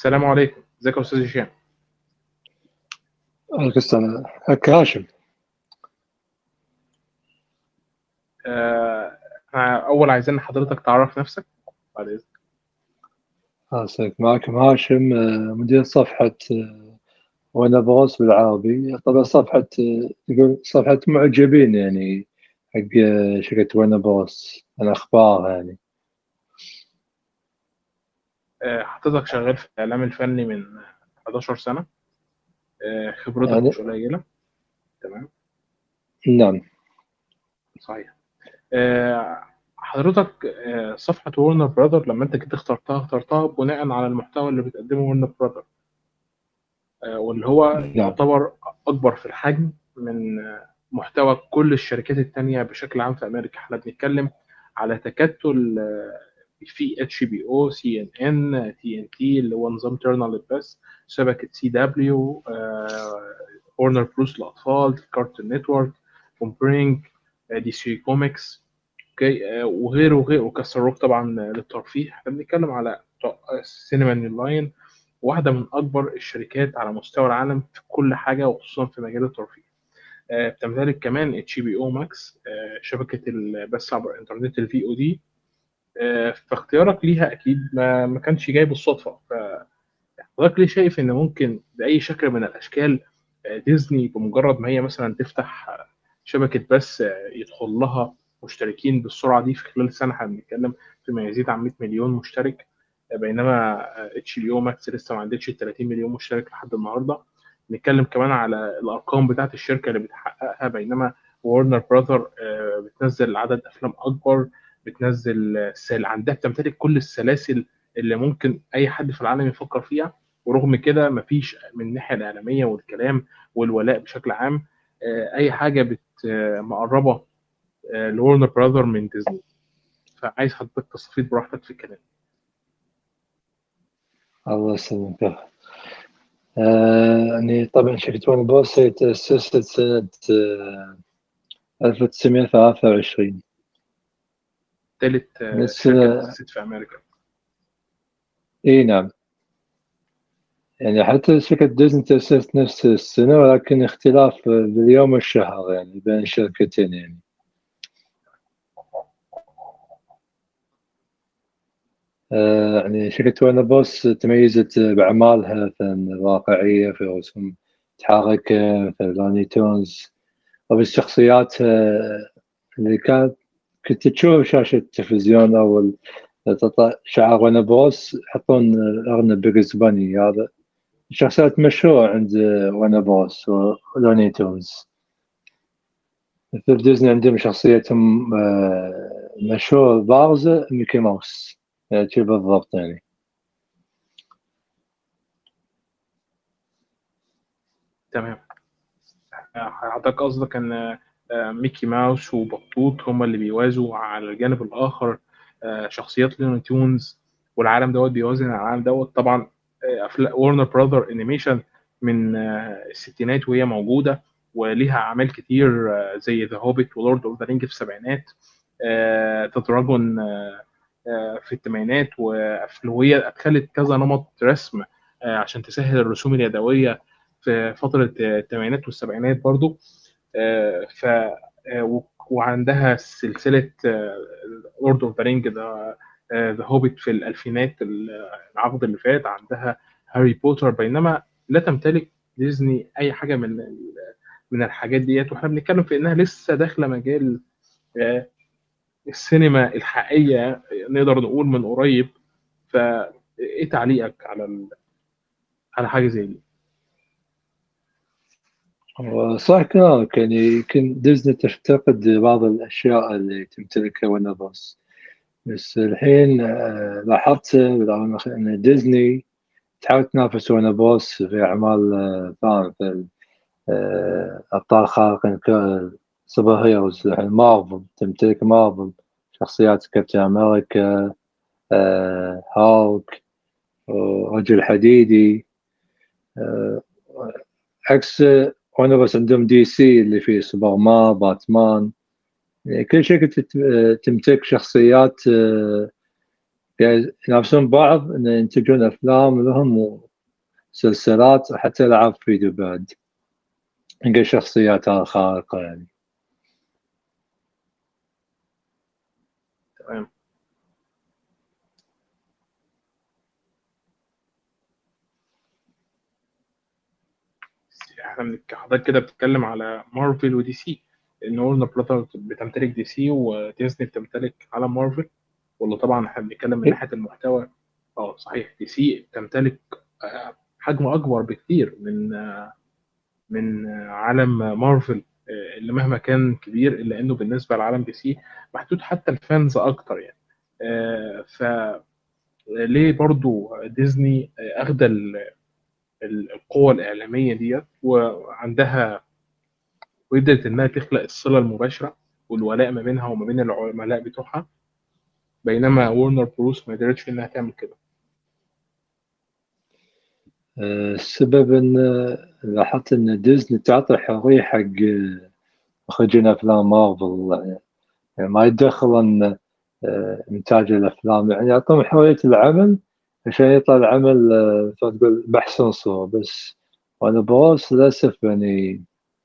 السلام عليكم، ازيك يا استاذ هشام؟ عليك السلام. هك هاشم. إحنا اول عايزين حضرتك تعرف نفسك بعد اذنك. أسلك معكم هاشم، مدير صفحة وأنا بغوص بالعربي. طبعا صفحة تقول صفحة معجبين يعني، حق شركة وأنا بغوص الأخبار يعني. حضرتك شغال في الاعلام الفني من 11 سنه. خبرتك يعني مش قليله. تمام. نعم. صحيح. آه، حضرتك صفحه ورنر براذر لما انت جيت اخترتها بناء على المحتوى اللي بتقدمه ورنر براذر، واللي هو نعم. يعتبر اكبر في الحجم من محتوى كل الشركات التانية بشكل عام في امريكا. احنا بنتكلم على تكتل في اتش بي او، سي ان ان، تي ان تي اللي هو نظام تيرنال بس، شبكه سي دبليو، ورنر بروس للاطفال، كارتون نتورك، بومبرينج، دي سي كوميكس، اوكي، وغيره وغيره، وكسر روك طبعا للترفيه. احنا بنتكلم على سينما نيو لاين، واحده من اكبر الشركات على مستوى العالم في كل حاجه وخصوصا في مجال الترفيه. بتمتلك كمان اتش بي او ماكس، شبكه البث عبر الانترنت الفي او دي. فاختيارك ليها اكيد ما كانش جاي بالصدفه. فحضرتك ليه شايف ان ممكن باي شكل من الاشكال ديزني بمجرد ما هي مثلا تفتح شبكه بث يدخل لها مشتركين بالسرعه دي في خلال سنه؟ احنا بنتكلم فيما يزيد عن 100 مليون مشترك، بينما اتش بي او ماكس لسه ما عندتش ال 30 مليون مشترك لحد النهارده. نتكلم كمان على الارقام بتاعت الشركه اللي بتحققها، بينما وارنر براذر بتنزل عدد افلام اكبر، بتنزل عندها بتمتلك كل السلاسل اللي ممكن اي حد في العالم يفكر فيها. ورغم كده مفيش من الناحيه الاعلاميه والكلام والولاء بشكل عام اي حاجه مقربه لورنر براذر من ديزني. فعايز حضرتك تستفيد براحتك في الكلام. الله يسلمك. يعني طبعا شركة وأنا بغوص هي تأسست سنة 1923. ثالث من شركه السنة. تأسست في امريكا. إي نعم. يعني حتى شركة ديزني تأسست نفس السنة، ولكن اختلاف باليوم والشهر يعني بين الشركتين يعني. يعني شركة ورنر بروس تميزت بأعمالها الواقعية في رسوم متحركة في لوني تونز، وبالشخصيات اللي كنت تشوف شاشة التلفزيون أو شعار ورنر بروس يحطون أرنب بيجز باني. هذا شخصيات مشهورة عند ورنر بروس ولوني تونز. في ديزني عندهم شخصيتهم مشهورة بارزة، ميكي ماوس. شي بالضبط يعني. تمام. حضرتك قصدك ان ميكي ماوس وبطوط هما اللي بيوازوا على الجانب الاخر شخصيات لوني تونز، والعالم دوت بيوازن على العالم دوت طبعا. ورنر براذر انيميشن من الستينات وهي موجوده، وليها اعمال كتير زي ذا هوبيت ولورد اوف ذا رينج في السبعينات، تتراجون في الثمانينات، وهي ادخلت كذا نمط رسم عشان تسهل الرسوم اليدويه في فتره الثمانينات والسبعينات برضو. ف وعندها سلسله لورد اوف ذا رينج، ذا هوبيت في الالفينات، العقد اللي فات عندها هاري بوتر. بينما لا تمتلك ديزني اي حاجه من الحاجات ديت، واحنا بنتكلم في انها لسه داخله مجال آه، السينما الحقيقيه نقدر نقول من قريب. فايه تعليقك على حاجه زي دي؟ صح كلامك. يعني يمكن ديزني تفتقد بعض الأشياء اللي تمتلكها ورنر بروس. بس الحين لاحظت بالعام الأخير أن ديزني تحاول تنافس ورنر بروس في أعمال فاهم في أبطال خارقين، سوبر هيروز. الحين مارفل تمتلك مارفل، شخصيات كابتن أمريكا، هالك، رجل حديدي. آه، عكس ورنر بروس عندهم دي سي اللي فيه سوبرمان، باتمان. يعني كل شركة تمتلك شخصيات ينافسون بعض ان ينتجون افلام لهم وسلسلات وحتى العاب فيديو بعد، نلقى شخصيات خارقه يعني. تمام. احنا حضرتك كده بتتكلم على مارفل ودي سي، ان ورنر براذرز بتمتلك دي سي وديزني بتمتلك عالم مارفل، ولا طبعا احنا بنتكلم من ناحيه المحتوى؟ اه صحيح، دي سي تمتلك حجم اكبر بكتير من عالم مارفل، اللي مهما كان كبير الا انه بالنسبه لعالم دي سي محدود حتى الفانز اكتر يعني. فليه برضو ديزني اخذ القوة الإعلامية ديت وعندها، وقدرت إنها تخلق الصلة المباشرة والولاء ما بينها وما بين العملاء بتوعها، بينما وورنر بروس ما قدرتش إنها تعمل كده. السبب ان لاحظت ان ديزني تعطي حريه حق مخرجين افلام مارفل، يعني ما يتدخلون انتاج الافلام، يعني يعطون حريه العمل عشان يطلع العمل تقول بأحسن صورة. بس وانا بروس للاسف يعني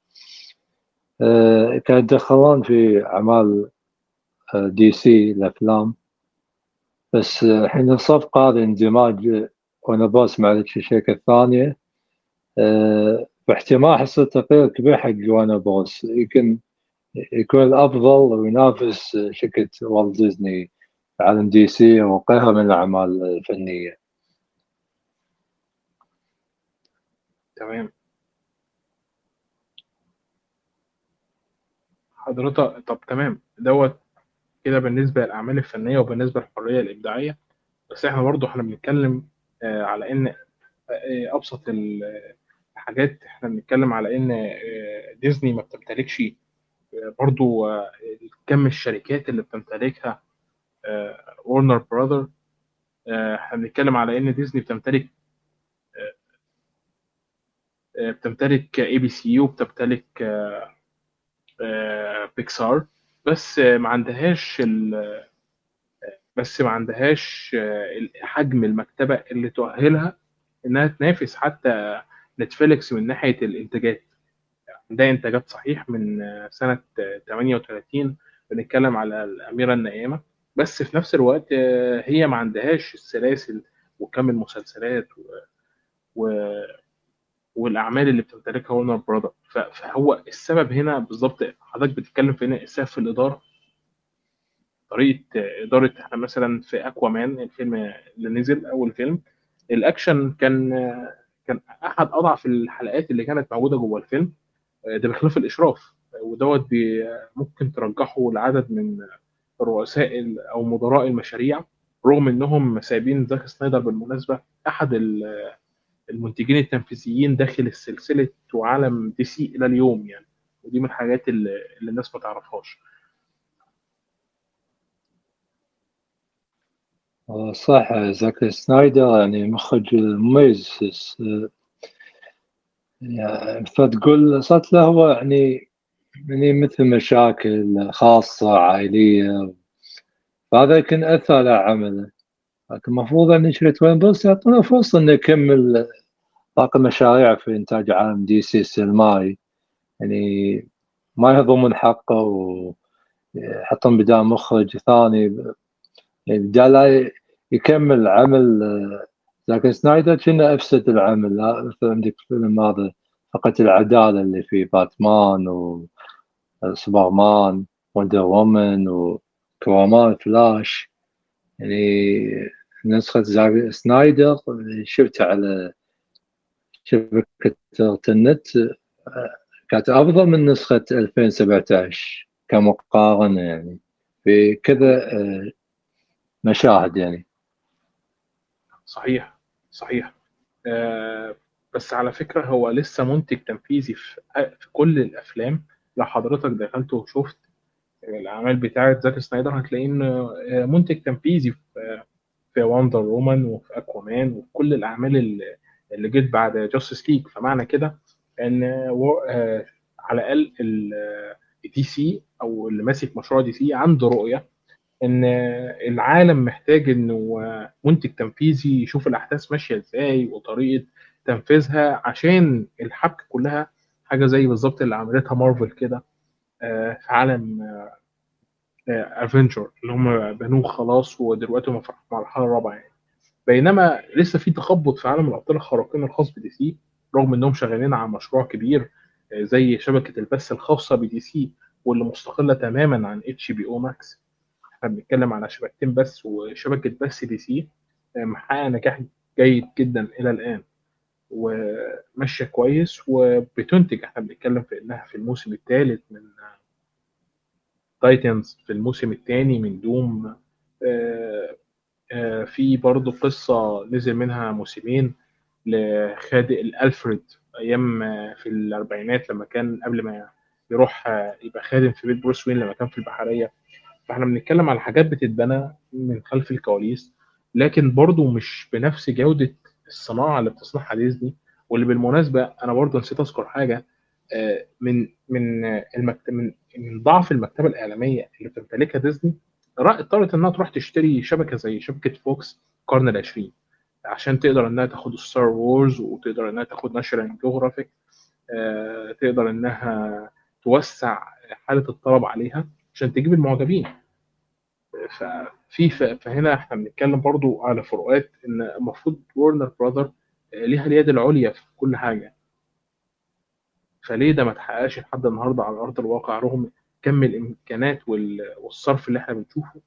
كانوا يتدخلون في اعمال دي سي الافلام. بس الحين الصفقه هذه اندماج وانا بروس مع الشركه الثانيه، فاحتمال حصل تغيير كبير حق وانا بروس، يمكن يكون الافضل وينافس شركه والت ديزني في عالم دي سي وغيرها من الاعمال الفنيه. تمام. حضرتك طب تمام دوت كده بالنسبة للأعمال الفنية وبالنسبة للحرية الإبداعية، بس إحنا برضو إحنا بنتكلم على إن أبسط الحاجات، إحنا بنتكلم على إن ديزني ما بتمتلكش برضو كم الشركات اللي بتمتلكها ورنر براذر. احنا بنتكلم على ان ديزني بتمتلك اي بي سي وبتمتلك بيكسار، بس ما عندهاش بس ما عندهاش حجم المكتبة اللي تؤهلها انها تنافس حتى نتفليكس من ناحية الانتاجات. ده انتاجات صحيح من سنة 38، بنتكلم على الأميرة النائمة، بس في نفس الوقت هي ما عندهاش السلاسل وكم المسلسلات والاعمال اللي بتمتلكها ورنر براذر. فهو السبب هنا بالظبط حضرتك بتتكلم في هنا السبب في الاداره، طريقه اداره. احنا مثلا في اكوامان الفيلم اللي نزل اول فيلم، الاكشن كان احد اضعف الحلقات اللي كانت موجوده جوه الفيلم، ده بخلاف الاشراف، ودوت ممكن ترجحه لعدد من رؤساء او مدراء المشاريع، رغم انهم سايبين زاك سنايدر بالمناسبه احد المنتجين التنفيذيين داخل سلسلة وعالم دي سي إلى اليوم يعني. ودي من الحاجات اللي الناس ما تعرفهاش. صح، زاك سنايدر يعني مخرج مميز، يعني فتقول صارت له هو يعني مثل مشاكل خاصة عائلية، فهذا يمكن أثر على عمله. لكن المفروض أن شركة وين بس يعطونا فرصة إنه يكمل باقي المشاريع في إنتاج عالم دي سي السينمائي، يعني ما يهضمون حقه ويحطون بدال مخرج ثاني، يعني بدال لا يكمل عمل زاك سنايدر كأنه أفسد العمل. لا مثل عندك فيلم هذا فقط العدالة اللي فيه باتمان وسوبرمان وندر وومن وكوامان فلاش، يعني نسخة زاك سنايدر شفتها على شبكة النت كانت أفضل من نسخة 2017 كمقارنة، يعني في كذا مشاهد يعني. صحيح. صحيح. آه بس على فكرة هو لسه منتج تنفيذي في كل الأفلام. لو حضرتك دخلت وشفت الأعمال بتاعة زاك سنايدر هتلاقيه إنه منتج تنفيذي في وندر وومن وفي أكوامان وفي كل الأعمال اللي جت بعد جاستس ليج. فمعنى كده إن على الأقل دي سي او اللي ماسك مشروع دي سي عنده رؤيه ان العالم محتاج انه منتج تنفيذي يشوف الاحداث ماشيه ازاي وطريقه تنفيذها، عشان الحبكه كلها حاجه زي بالظبط اللي عملتها مارفل كده في عالم افنجر اللي هم بنوه خلاص، ودلوقتي هم في المرحله الرابعه يعني. بينما لسه في تخبط في عالم الابطال الخارقين الخاص بدي سي، رغم انهم شغالين على مشروع كبير زي شبكه البث الخاصه بدي سي، واللي مستقله تماما عن اتش بي او ماكس. احنا بنتكلم على شبكتين بس، وشبكه بث دي سي محققه نجاح جيد جدا الى الان، وماشيه كويس وبتنتج. احنا بنتكلم في انها في الموسم الثالث من تايتنز، في الموسم الثاني من دوم. آه، في برضه قصة نزل منها موسمين لخادئ الألفريد أيام في الأربعينات، لما كان قبل ما يروح يبقى خادم في بيت بروس وين لما كان في البحرية. فاحنا بنتكلم على حاجات بتتبنى من خلف الكواليس، لكن برضه مش بنفس جودة الصناعة اللي بتصنعها ديزني. واللي بالمناسبة أنا برضه نسيت أذكر حاجة، من ضعف المكتبة الإعلامية اللي بتمتلكها ديزني، اضطرت إنها تروح تشتري شبكة زي شبكة فوكس القرن العشرين، عشان تقدر إنها تاخد ستار وورز، وتقدر إنها تاخد ناشونال جيوغرافيك، تقدر إنها توسع حالة الطلب عليها عشان تجيب المعجبين. فهنا احنا بنتكلم برضو على فروقات، ان المفروض ورنر براذر ليها اليد العليا في كل حاجه. فليه ده ما تحققش لحد النهارده على ارض الواقع، رغم كم الامكانات والصرف اللي احنا بنشوفه؟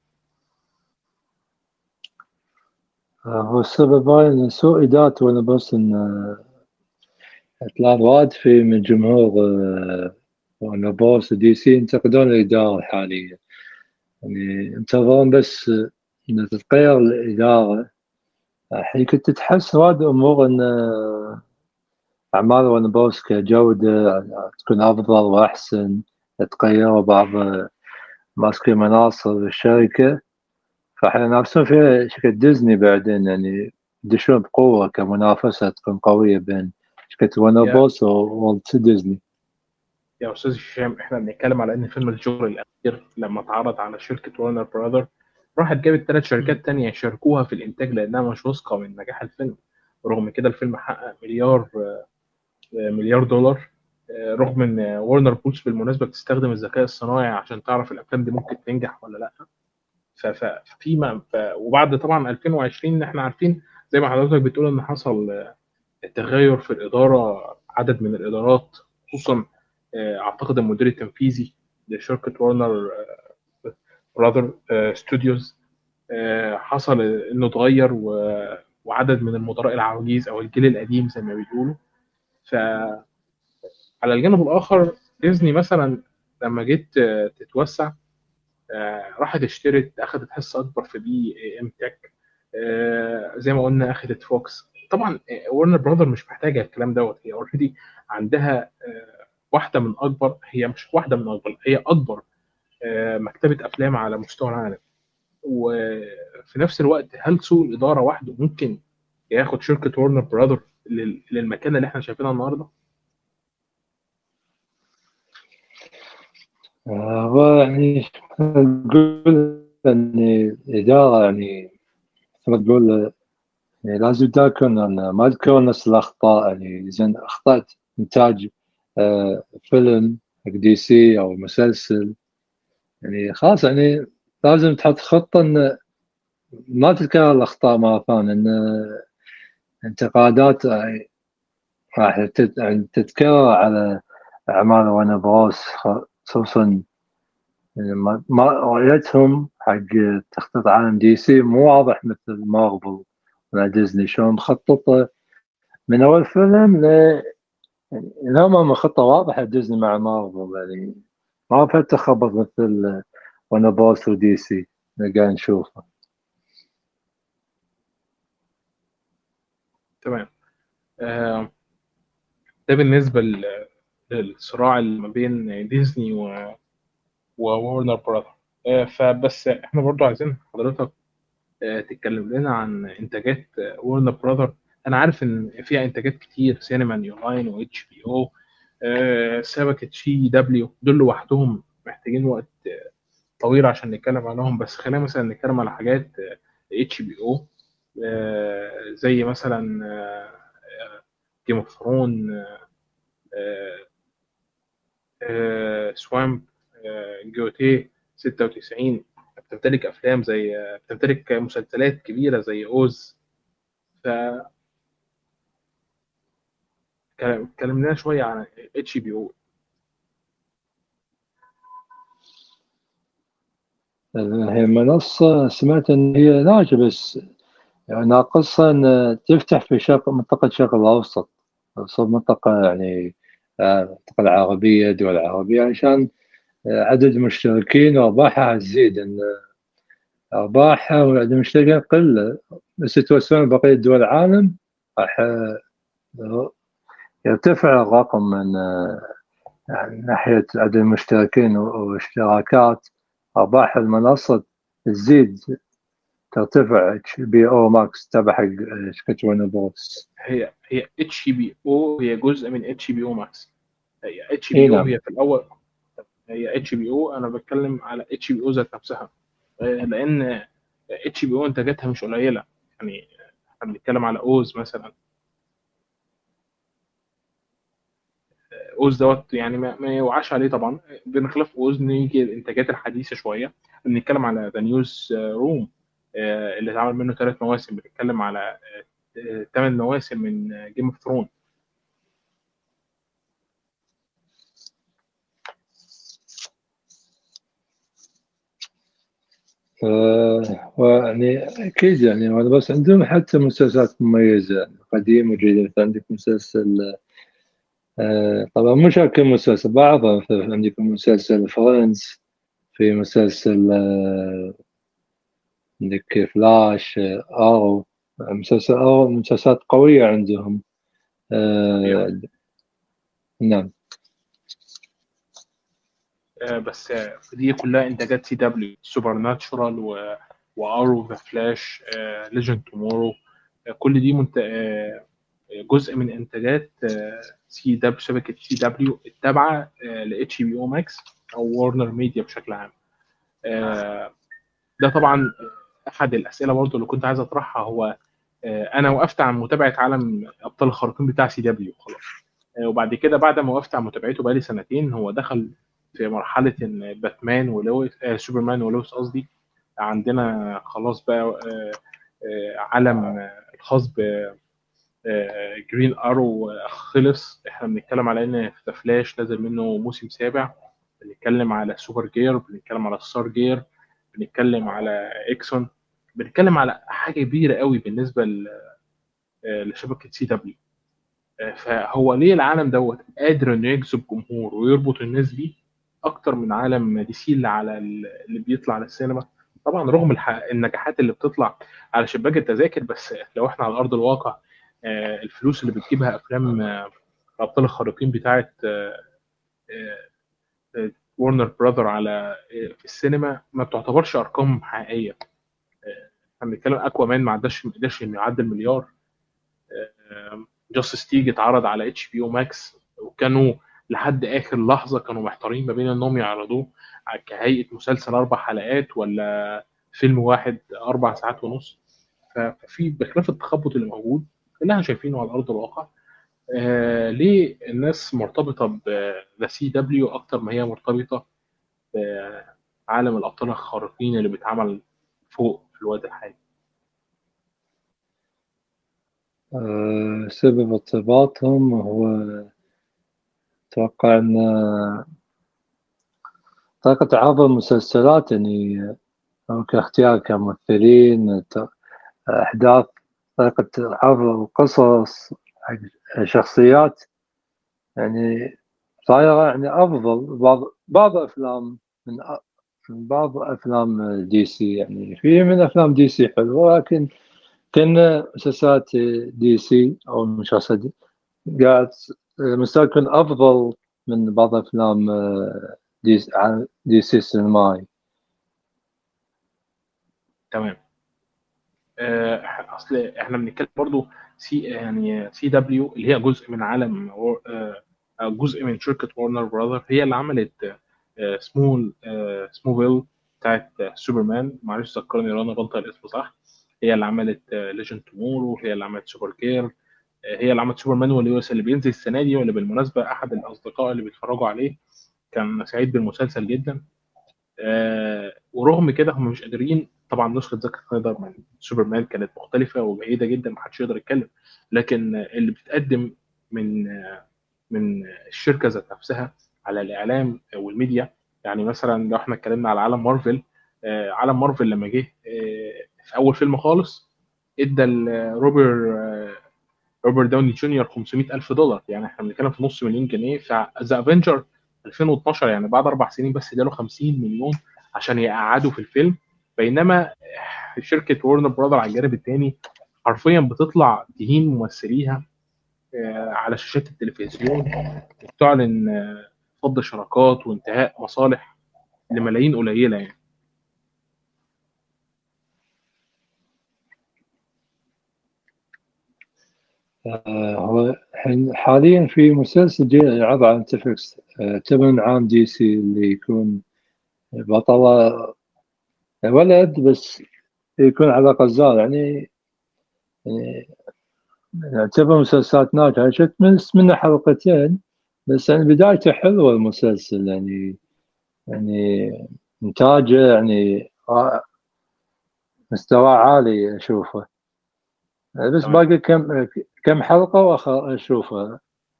هو السبب هاي إن سوء إدارته، وأنا بس إن إطلاق وايد في من جمهور وأنا بوس دي سي ينتقدون الإدارة الحالية. يعني ينتظرون بس إن تتغير الإدارة. الحين كنت تحس وايد أمور إن أعمال ون بوس كجودة تكون أفضل وأحسن، تغيروا بعض ماسكين مناصب الشركة. فاحنا نافسون فيها شركة ديزني بعدين، يعني يدشون بقوة كمنافسة تكون قوية بين شركة ون يا بوس وولت ديزني. يا استاذ هشام، احنا بنتكلم على ان فيلم الجوكر الاخير لما اتعرض على شركه ورنر براذر، راحت جابت 3 شركات تانية يشاركوها في الانتاج لانها مش واثقه من نجاح الفيلم. رغم كده الفيلم حقق مليار دولار. رغم ان ورنر بروس بالمناسبه بتستخدم الذكاء الصناعي عشان تعرف الافلام دي ممكن تنجح ولا لا. وبعد طبعا 2020 احنا عارفين زي ما حضرتك بتقول ان حصل تغير في الاداره، عدد من الادارات، خصوصا اعتقد المدير التنفيذي لشركه ورنر براذر ستوديوز حصل انه اتغير، وعدد من المدراء العواجيز او الجيل القديم زي ما بيقولوا. على الجانب الآخر ديزني مثلا لما جيت تتوسع، راحت اشترت، أخذت حصة أكبر في بي إم تك، زي ما قلنا أخذت فوكس. طبعا ورنر براذر مش محتاجة الكلام دوت، هي اوريدي عندها واحدة من أكبر، هي مش واحدة من أكبر، هي أكبر مكتبة أفلام على مستوى العالم. وفي نفس الوقت هل سوء الإدارة وحده ممكن ياخد شركة ورنر براذر للمكان اللي احنا شايفينها النهارده؟ هو يعني نقول أن الإدارة يعني كما تقول يعني لازم تكون أن ما تكون نفس الأخطاء. يعني زين أخطأت إنتاج فيلم حق دي سي أو مسلسل، يعني خلاص يعني لازم تحط خطة أن ما تتكرر الأخطاء مرة ثانية. أن انتقادات راح يعني تتكرر على أعمال ون بروس، خصوصا يعني ما رؤيتهم حق تخطيط عالم دي سي مو واضح مثل مارفل ولا ديزني، شلون مخططة من أول فيلم يعني لهم خطة واضحة ديزني مع مارفل. يعني ما في تخبط مثل ون بروس ودي سي اللي قاعد نشوفه. تمام. ده بالنسبة للصراع اللي ما بين ديزني وورنر براذر. فبس احنا برضو عايزين حضرتك تتكلم لنا عن انتاجات ورنر براذر. انا عارف ان فيها انتاجات كتير، سينما نيو لاين واتش بي او، شبكة سي دبليو، دول لوحدهم محتاجين وقت طويله عشان نتكلم عنهم، بس خلينا مثلا نتكلم على حاجات اتش بي او، زي مثلا جيم اوف ثرون، سوامب، جوتيه 96. بتمتلك افلام زي بتمتلك مسلسلات كبيره زي اوز. فكلمنا شويه عن اتش بي او. هي منصة سمعت إن هي ناجحة، بس يعني ناقصها إن تفتح في منطقة الشرق الأوسط، أوسط منطقة يعني المنطقة العربية، دول العربية، عشان عدد المشتركين وأرباحها تزيد. إن أرباحها وعدد المشتركين قلة، بس يتوسعون بقية دول العالم راح يرتفع الرقم من ناحية عدد المشتركين واشتراكات. أرباح المنصة تزيد، ترتفع. اتش بي او ماكس تبع حق شركة ورنر بروس. هي اتش بي او هي جزء من اتش بي او ماكس. هي اتش اي بي او نعم. هي في الاول. هي اتش بي او، انا بتكلم على اتش بي او ذات نفسها، لان اتش بي او انتاجاتها مش قليله. يعني احنا بنتكلم على اوز مثلا. اوز دوت يعني ما يوعاش عليه طبعا. بنخلاف اوز نيجي الانتاجات الحديثه شويه، بنتكلم على ذا نيوز روم اللي اتعمل منه 3 مواسم. بنتكلم على 8 مواسم من جيم اوف ثرون. ويعني أكيد يعني، وأنا بس عندهم حتى مسلسلات مميزة يعني قديمة وجديدة. عندك مسلسل طبعا مش كل مسلسل، بعضها. عندك مسلسل فريندز، في مسلسل عندك فلاش، أرو. مسلسل أرو مسلسلات قوية عندهم. آه، نعم. بس دي كلها انتاجات سي دبليو. سوبر ناتشورال وارو، ذا فلاش، ليجند تومورو، كل دي جزء من انتاجات سي دبليو، شبكه سي دبليو التابعه لاتش بي او ماكس او وارنر ميديا بشكل عام. آه، ده طبعا احد الاسئله برضو اللي كنت عايز اطرحها. هو انا وقفت عن متابعه عالم ابطال الخارقين بتاع سي دبليو خلاص. وبعد كده بعد ما وقفت عن متابعته بقالي سنتين، هو دخل في مرحله ان باتمان ولويس، سوبرمان ولويس قصدي، عندنا خلاص بقى عالم الخاص جرين ارو خلص. احنا بنتكلم على ان ذا فلاش نزل منه موسم سابع. بنتكلم على سوبر جير، بنتكلم على ستار جير، بنتكلم على اكسون. بنتكلم على حاجه كبيره قوي بالنسبه لشبكه سي دبليو. فهو ليه العالم دوت قادر انه يجذب جمهور ويربط الناس بيه اكتر من عالم دي سي اللي على اللي بيطلع على السينما. طبعا رغم النجاحات اللي بتطلع على شباك التذاكر، بس لو احنا على ارض الواقع الفلوس اللي بتجيبها افلام الابطال الخارقين بتاعه ورنر براذر على في السينما ما بتعتبرش ارقام حقيقيه. احنا بنتكلم اكوا مان ما قدرش انه يعدي المليار. جاستس تيج اتعرض على اتش بي او ماكس، وكانوا لحد اخر لحظه كانوا محتارين ما بين انهم يعرضوه كهيئه مسلسل 4 حلقات ولا فيلم واحد 4 ساعات ونص. ففي بخلاف التخبط اللي موجود اللي احنا شايفينه على ارض الواقع، ليه الناس مرتبطه بذا سي دبليو اكتر ما هي مرتبطه بعالم الابطال الخارقين اللي بيتعمل فوق في الوقت الحالي؟ سبب ارتباطهم هو أتوقع أن طريقة عرض المسلسلات، يعني أو كاختيار كممثلين، أحداث، طريقة عرض القصص حق شخصيات، يعني صايرة يعني أفضل. بعض أفلام من بعض أفلام دي سي، يعني في من أفلام دي سي حلوة، لكن كان مسلسلات دي سي أو مسلسلات قاعد مستوى يكون أفضل من بعض أفلام دي سي السينمائي. تمام. اصل احنا بنتكلم برضو يعني سي دبليو اللي هي جزء من عالم جزء من شركه وارنر براذر، هي اللي عملت سمول سموفيل بتاعت سوبرمان، معلش ذكرني لو انا بنطق الاسم صح. هي اللي عملت ليجند تومورو، هي اللي عملت سوبر كير، هي اللي عملت سوبرمان واليوس اللي بينزل السنه دي، واللي بالمناسبه احد الاصدقاء اللي بيتفرجوا عليه كان سعيد بالمسلسل جدا. ورغم كده هم مش قادرين، طبعا نسخه زاك سنايدر من سوبرمان كانت مختلفه وبعيده جدا، ما حدش يقدر يتكلم. لكن اللي بتقدم من من الشركه ذات نفسها على الاعلام والميديا، يعني مثلا لو احنا اتكلمنا على عالم مارفل، عالم مارفل لما جه في اول فيلم خالص ادى روبرت داوني جونيور 500 الف دولار، يعني احنا بنتكلم في نص مليون جنيه. فذا افنجر 2012 يعني بعد 4 سنين بس اداله 50 مليون عشان يقعدوا في الفيلم. بينما شركه ورنر براذر على الجانب الثاني حرفيا بتطلع تهين ممثليها على شاشات التلفزيون، وبتعلن فض شراكات وانتهاء مصالح لملايين قليله يعني. هو حاليا في مسلسل جاي يعرض على نتفلكس، تبن عام دي سي اللي يكون بطلة ولد بس يكون على قزاز يعني يعتبر مسلسلات ناجحة. شفت منه حلقتين بس، يعني بدايته حلوة المسلسل، يعني إنتاجه يعني مستوى عالي أشوفه. بس تمام. باقي كم حلقة أشوفها.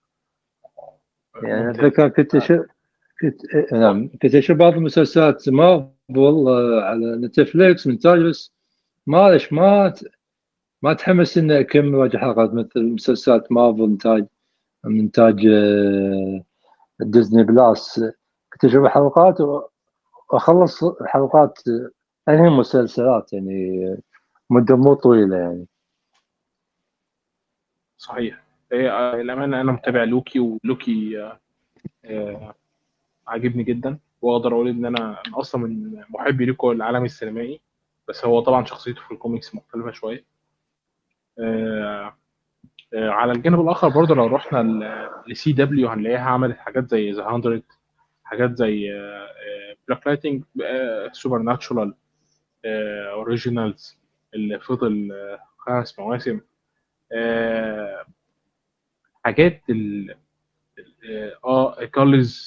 يعني ممتاز. أتذكر نعم كنت أشوف بعض المسلسلات مارفل على نتفليكس منتاج، بس معلش ما تحمس إني أكمل واجد حلقات مثل مسلسلات مارفل من إنتاج ديزني بلاس. كنت أشوف حلقات وأخلص حلقات، أنهي مسلسلات يعني مدة مو طويلة يعني. صحيح. هي الامانه انا متابع لوكي، ولوكي عاجبني جدا، واقدر اقول ان انا اصلا من محبي ليكو العالم السينمائي. بس هو طبعا شخصيته في الكوميكس مختلفه شويه. آه، على الجانب الاخر برضه لو رحنا لسي دبليو هنلاقيها عملت حاجات زي ذا 100، حاجات زي بلاك لايتنج، سوبر ناتشورال، اوريجينالز اللي فضل 5 مواسم، آه، حاجات كارلز،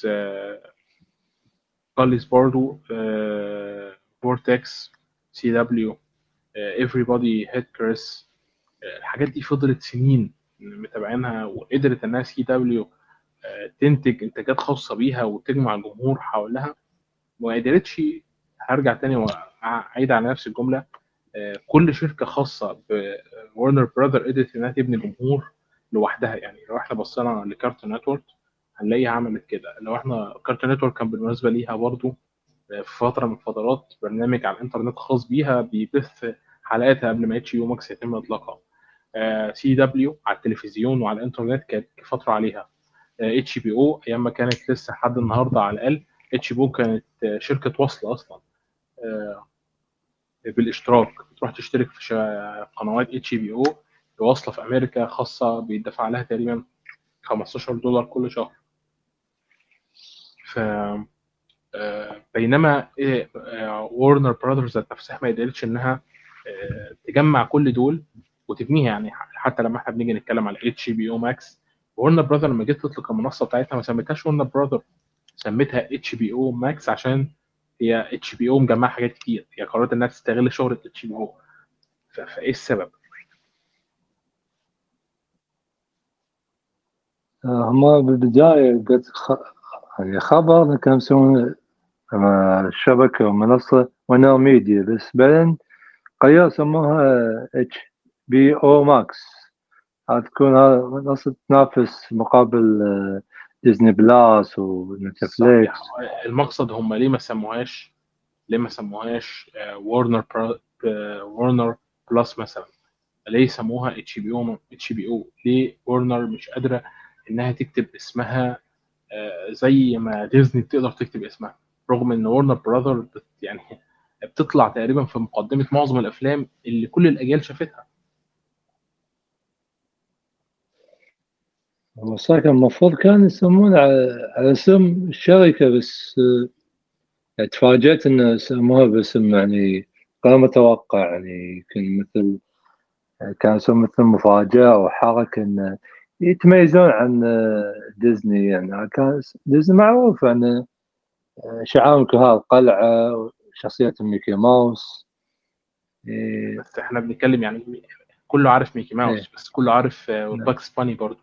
كارلز برضو، فورتكس، سي دبليو، everybody هيت كريس. الحاجات دي فضلت سنين متابعينها، وقدرت انها سي دبليو تنتج انتاجات خاصه بيها وتجمع الجمهور حولها. وما قدرتش. هرجع تاني واعيد على نفس الجمله، كل شركه خاصه بورنر براذر قدرت انها تبني جمهور لوحدها. يعني لو احنا بصينا لكارتون نتورك هنلاقيها عملت كده. لو احنا كارتون نتورك كان بالنسبه ليها برضو في فتره من الفترات برنامج على الانترنت خاص بيها بيبث حلقاتها قبل ما اتش يو ماكس يتم اطلاقها. سي دبليو على التلفزيون وعلى الانترنت كانت فتره عليها. اتش بي او ايام ما كانت لسه لحد النهارده على الاقل، اتش بي او كانت شركه وصل اصلا آه، بالاشتراك. بتروح تشترك في قنوات اتش بي او واصله في امريكا خاصه بيدفع عليها تقريبا $15 كل شهر. ف بينما وورنر براذرز ذات نفسها ما قدرتش انها تجمع كل دول وتبنيها. يعني حتى لما احنا بنيجي نتكلم على اتش بي او ماكس، ورنر براذر لما جيت تطلق المنصه بتاعتها ما سميتهاش ورنر براذر، سميتها اتش بي او ماكس عشان هي اتش بي او مجمعه حاجات كتير. هي قررت انها تستغل شهره اتش بي او. فايه السبب؟ هم بالبداية قد يعني خبر إن كانوا يسوون شبكة ومنصة وناو ميديا، بس بعدين غيروا سموها اتش بي او ماكس. تكون هذا منصة تنافس مقابل ديزني بلاس صحيح. ونتفليكس. المقصد هم ليه ما سموهاش ورنر بلس مثلا؟ ليه سموها اتش بي او؟ اتش بي او ليه ورنر مش قادره انها تكتب اسمها زي ما ديزني بتقدر تكتب اسمها، رغم ان ورنر براذر يعني بتطلع تقريبا في مقدمه معظم الافلام اللي كل الاجيال شافتها. صح، المفروض كان يسمون على اسم الشركة، بس تفاجأت إن سموها باسم يعني غير متوقع، يعني يمكن مثل كان يسوي مثل مفاجأة أو حركة إن يتميزون عن ديزني. يعني كان ديزني معروف عن شعار كهذا القلعة وشخصية ميكي ماوس. إيه. بس احنا بنتكلم يعني كله عارف ميكي إيه. ماوس، بس كله عارف نعم. باكس باني برضه.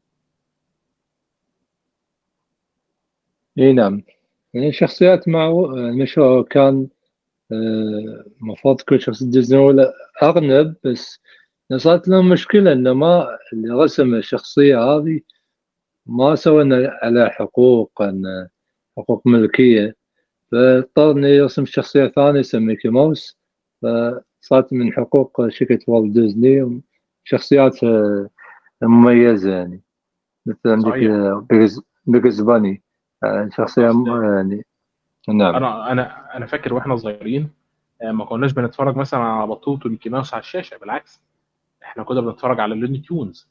إيه نعم. يعني شخصيات مشهورة. كان المفروض تكون شخصية ديزني ولا أرنب، بس صارت لهم مشكلة إنه ما اللي رسم الشخصية هذه ما سوى لنا على حقوق، إن حقوق ملكية، فاضطر إنه يرسم شخصية ثانية اسمها ميكي ماوس. فصارت من حقوق شركة والت ديزني شخصيات مميزة، يعني مثل عندك صحيح. بيجز باني، شخصية اصل يعني. نعم. انا فاكر واحنا صغيرين ما كناش بنتفرج مثلا على بطوط وميكي ماوس على الشاشه، بالعكس احنا كنا بنتفرج على لوني تيونز،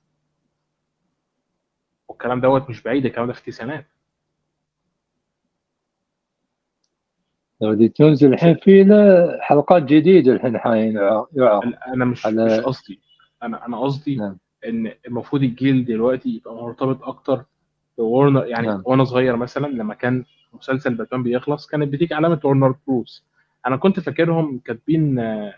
والكلام دوت مش بعيد، الكلام ده في التسعينات. لو تنزل الحين في له حلقات جديدة الحين حاليا يعرض انا مش على. قصدي، انا قصدي نعم. ان المفروض الجيل دلوقتي يبقى مرتبط اكتر بورنر. يعني نعم. وانا صغير مثلا لما كان مسلسل باتمان بيخلص كانت بتيجي علامه ورنر بروس، انا كنت فاكرهم كاتبين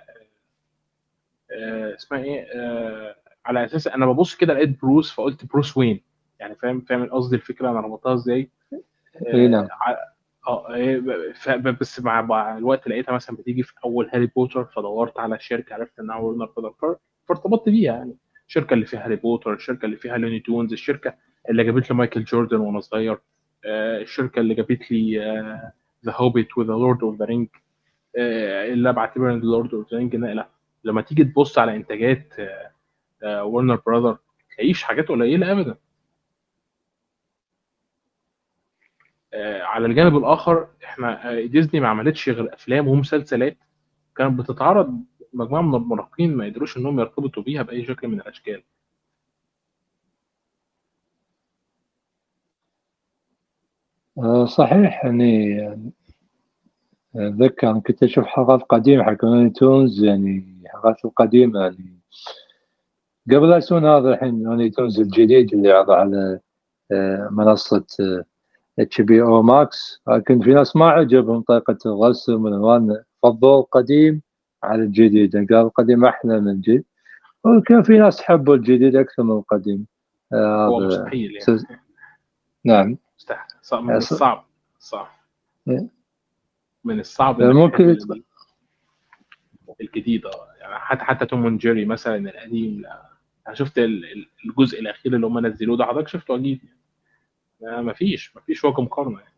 اسمها ايه على اساس انا ببص كده لقيت بروس فقلت بروس وين، يعني فاهم قصدي الفكره انا ربطتها ازاي. اي اه نعم. بس مع الوقت لقيتها مثلا بتيجي في اول هاري بوتر، فدورت على الشركه عرفت انها ورنر براذر، فارتبطت بيها يعني. الشركه اللي فيها هاري بوتر، الشركه اللي فيها لوني تونز، الشركه اللي جابت لي مايكل جوردن وانا صغير، الشركه اللي جابت لي ذا هوبيت وذا لورد اوف ذا رينج، اللي بعتبر ان ذا لورد اوف ذا رينج نقله. لما تيجي تبص على انتاجات ورنر براذر تلاقيش حاجات قليله ابدا. على الجانب الاخر احنا ديزني ما عملتش غير افلام ومسلسلات كانت بتتعرض، مجموعه من المراهقين ما يقدروش انهم يرتبطوا بيها باي شكل من الاشكال. صحيح يعني. أتذكر أنا كنت أشوف حلقات قديمة حق لوني تونز، يعني حلقات القديمة يعني قبل لا يسوون هذا الحين لوني تونز الجديد اللي عرض على منصة اتش بي او ماكس. لكن في ناس ما عجبهم طريقة الرسم والألوان، فضلوا القديم على الجديد، يعني قال القديم أحلى من الجديد. وكان في ناس حبوا الجديد أكثر من القديم. هو هذا مستحيل يعني. نعم. مستحيل، من الصعب، صعب، من الصعب انك ممكن. تقلد الجديد. يعني حتى توم اند جيري مثلا القديم، لا. انا شفت الجزء الاخير اللي هم نزلوه ده، حضرتك شفته اكيد يعني. مفيش وجه مقارنه يعني.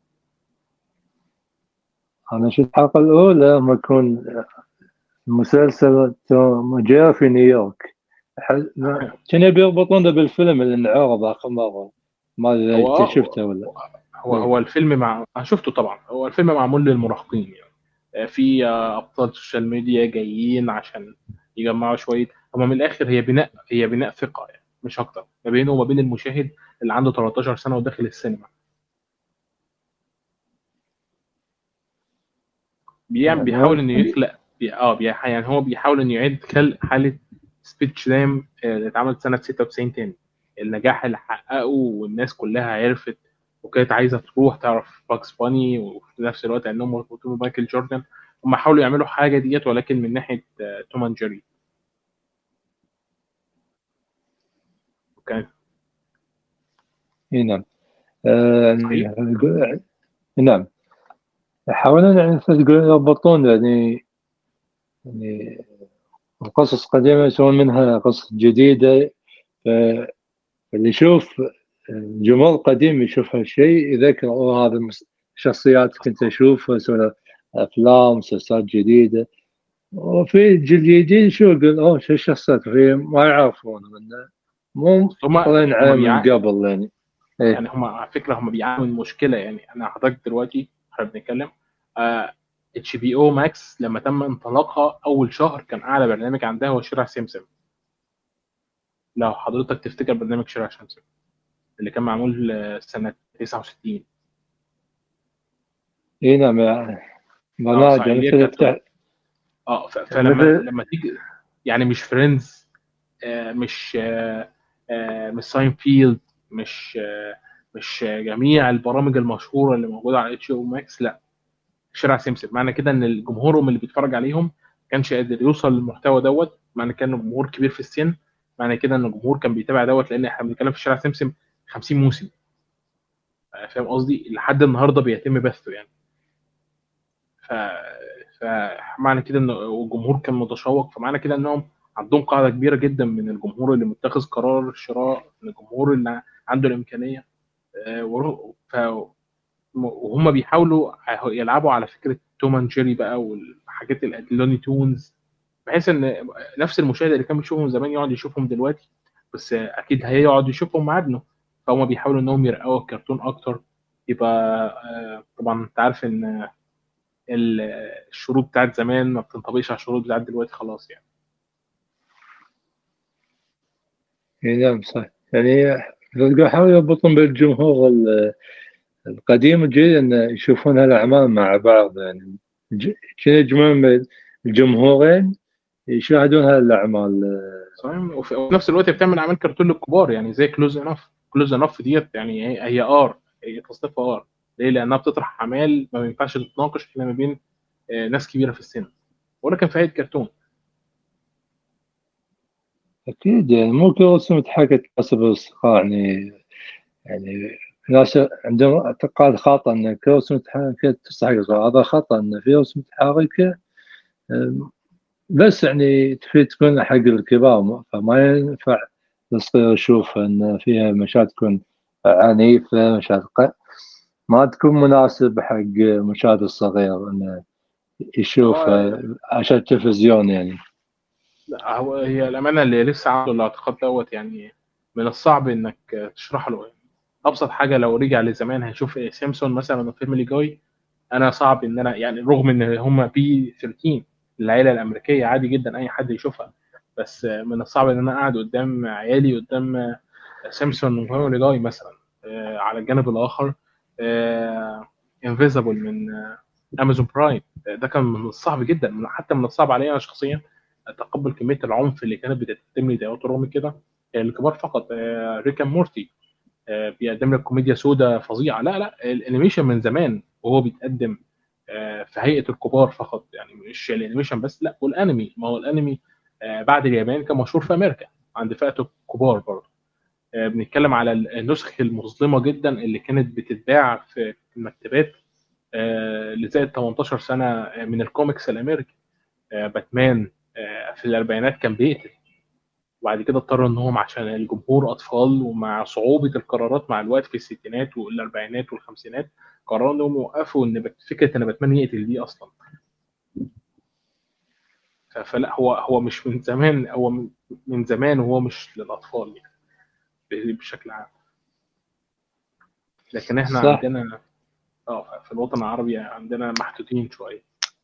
أنا شفت الحلقة الأولى لما يكون مسلسل توم جيري في نيويورك. كانوا بيربطونه بالفيلم اللي انعرض آخر مرة. ما أدري إذا هو أنت شفته ولا. إيه. هو الفيلم انا شفته طبعا. هو الفيلم معمول للمراهقين يعني. في ابطال سوشيال ميديا جايين عشان يجمعوا شويه. هما من الاخر هي بناء ثقه يعني، مش اكتر، ما بينه وما بين المشاهد اللي عنده 13 سنه وداخل السينما. يعني بيحاول انه يخلق يعني هو بيحاول انه يعيد خلق حاله سبيتش دام اللي اتعملت سنه 96 تاني. النجاح اللي حققه والناس كلها عرفت وكانت عايزه تروح تعرف باكس باني، وفي نفس الوقت انهم مرتبطين بمايكل جوردن. هم حاولوا يعملوا حاجه ديت ولكن من ناحيه توم اند جيري كانت إيه نعم. صحيح. يعني نعم. حاولوا يعني يربطون يعني القصص قديمة يسوون منها قصص جديدة. فاللي يشوف الجمهور القديم يشوف هالشيء يذكر هذا شخصيات كنت أشوفها، سوى أفلام مسلسلات جديدة. وفي الجيل الجديد شو يقول أوه شو الشخصيات في ما يعرفون منه، مو هم طالعين هم من قبل يعني. إيه. يعني هم على فكره هم بيعانوا من مشكله. يعني انا حضرتك دلوقتي احنا بنتكلم اتش بي او ماكس لما تم انطلاقها اول شهر كان اعلى برنامج عندها هو شارع سمسم. لو حضرتك تفتكر برنامج شارع سمسم اللي كان معمول سنه 69. اي نعم. صح، برنامج اللي هي مثل كرتون. يفتح فلما مثل. تيجي، يعني مش فريندز، مش مش ساينفيلد، مش مش جميع البرامج المشهوره اللي موجوده على اتش او ماكس، لا. شارع سمسم، معنى كده ان الجمهورهم اللي بيتفرج عليهم ما كانش قادر يوصل للمحتوى دوت، معنى كده انه جمهور كبير في السن، معنى كده ان الجمهور كان بيتابع دوت، لان احنا بنتكلم في شارع سمسم 50 موسم. فاهم قصدي؟ لحد النهارده بيتم بثه يعني. ف فمعنى كده ان الجمهور كان متشوق، فمعنى كده انهم عندهم قاعده كبيره جدا من الجمهور اللي متخذ قرار الشراء، من الجمهور اللي عنده الامكانيه. وهم بيحاولوا يلعبوا على فكره توم اند جيري بقى، والحاجات اللوني تونز، بحيث ان نفس المشاهد اللي كان بيشوفهم زمان يقعد يشوفهم دلوقتي، بس اكيد هيقعد يشوفهم مع ابنه. فهم بيحاولوا انهم يرقوا الكرتون اكتر. يبقى طبعا انت عارف ان ال- الشروط بتاعت زمان ما بتنطبقش على الشروط بتاعت دلوقتي خلاص يعني. اي نعم صح. يعني يحاولوا يربطون بالجمهور القديم والجديد، ان يشوفون هالاعمال مع بعض يعني. كانوا يجمعون بين الجمهورين يشاهدون هالاعمال. فاهم؟ وفي نفس الوقت بتعمل اعمال كرتون للكبار، يعني زي كلوز انف. كلوز انف ديت يعني هي ار، هي تصنيفها ار. ليه؟ لانها بتطرح اعمال ما ينفعش تتناقش الا ما بين ناس كبيره في السن، ولكن في هيئه كرتون. اكيد يعني مو كل رسوم تحقق تناسب الاصدقاء يعني. يعني ناس عندهم اعتقاد خاطئ ان كل رسوم متحركة تستحق القراءة. هذا خطأ، ان في رسوم متحركة بس يعني تفيد تكون حق الكبار، فما ينفع الصغير يشوف ان فيها مشاهد تكون عنيفة، مشاهد ما تكون مناسب حق المشاهد الصغير انه يشوف هو عشان التلفزيون يعني. لا، هي الامانه اللي لسه عنده الاعتقاد دوت يعني من الصعب انك تشرح له يعني. ابسط حاجه لو رجع لزمان هيشوف سيمسون مثلا وفاميلي جاي. انا صعب ان انا يعني، رغم ان هم بي 13 العيله الامريكيه عادي جدا اي حد يشوفها، بس من الصعب ان انا قاعد قدام عيالي قدام سيمسون وفاميلي جاي مثلا. على الجانب الاخر انفيزبل من امازون برايم، ده كان من الصعب جدا، حتى من الصعب عليا انا شخصيا اتقبل كميه العنف اللي كانت بتتم لي دلوقتي، رغم كده الكبار فقط. ريكا مورتي بيقدم لك كوميديا سوداء فظيعه. لا لا، الانيميشن من زمان وهو بيتقدم في هيئه الكبار فقط، يعني مش الانيميشن بس، لا، والانمي. ما هو الانمي بعد اليابان كان مشهور في امريكا عند فئه الكبار برضه. بنتكلم على النسخ المظلمه جدا اللي كانت بتتباع في المكتبات لزائد 18 سنه من الكوميكس الامريكي. باتمان في الاربعينات كان بيقتل، وبعد كده اضطروا انهم عشان الجمهور اطفال، ومع صعوبه القرارات مع الوقت في الستينات والاربعينات والخمسينات، قرروا انهم يوقفوا ان فكره ان باتمان يقتل دي اصلا. فلا، هو مش من زمان، هو من زمان وهو مش للاطفال يعني بشكل عام. لكن احنا صح. عندنا في الوطن العربي عندنا محدودين شويه.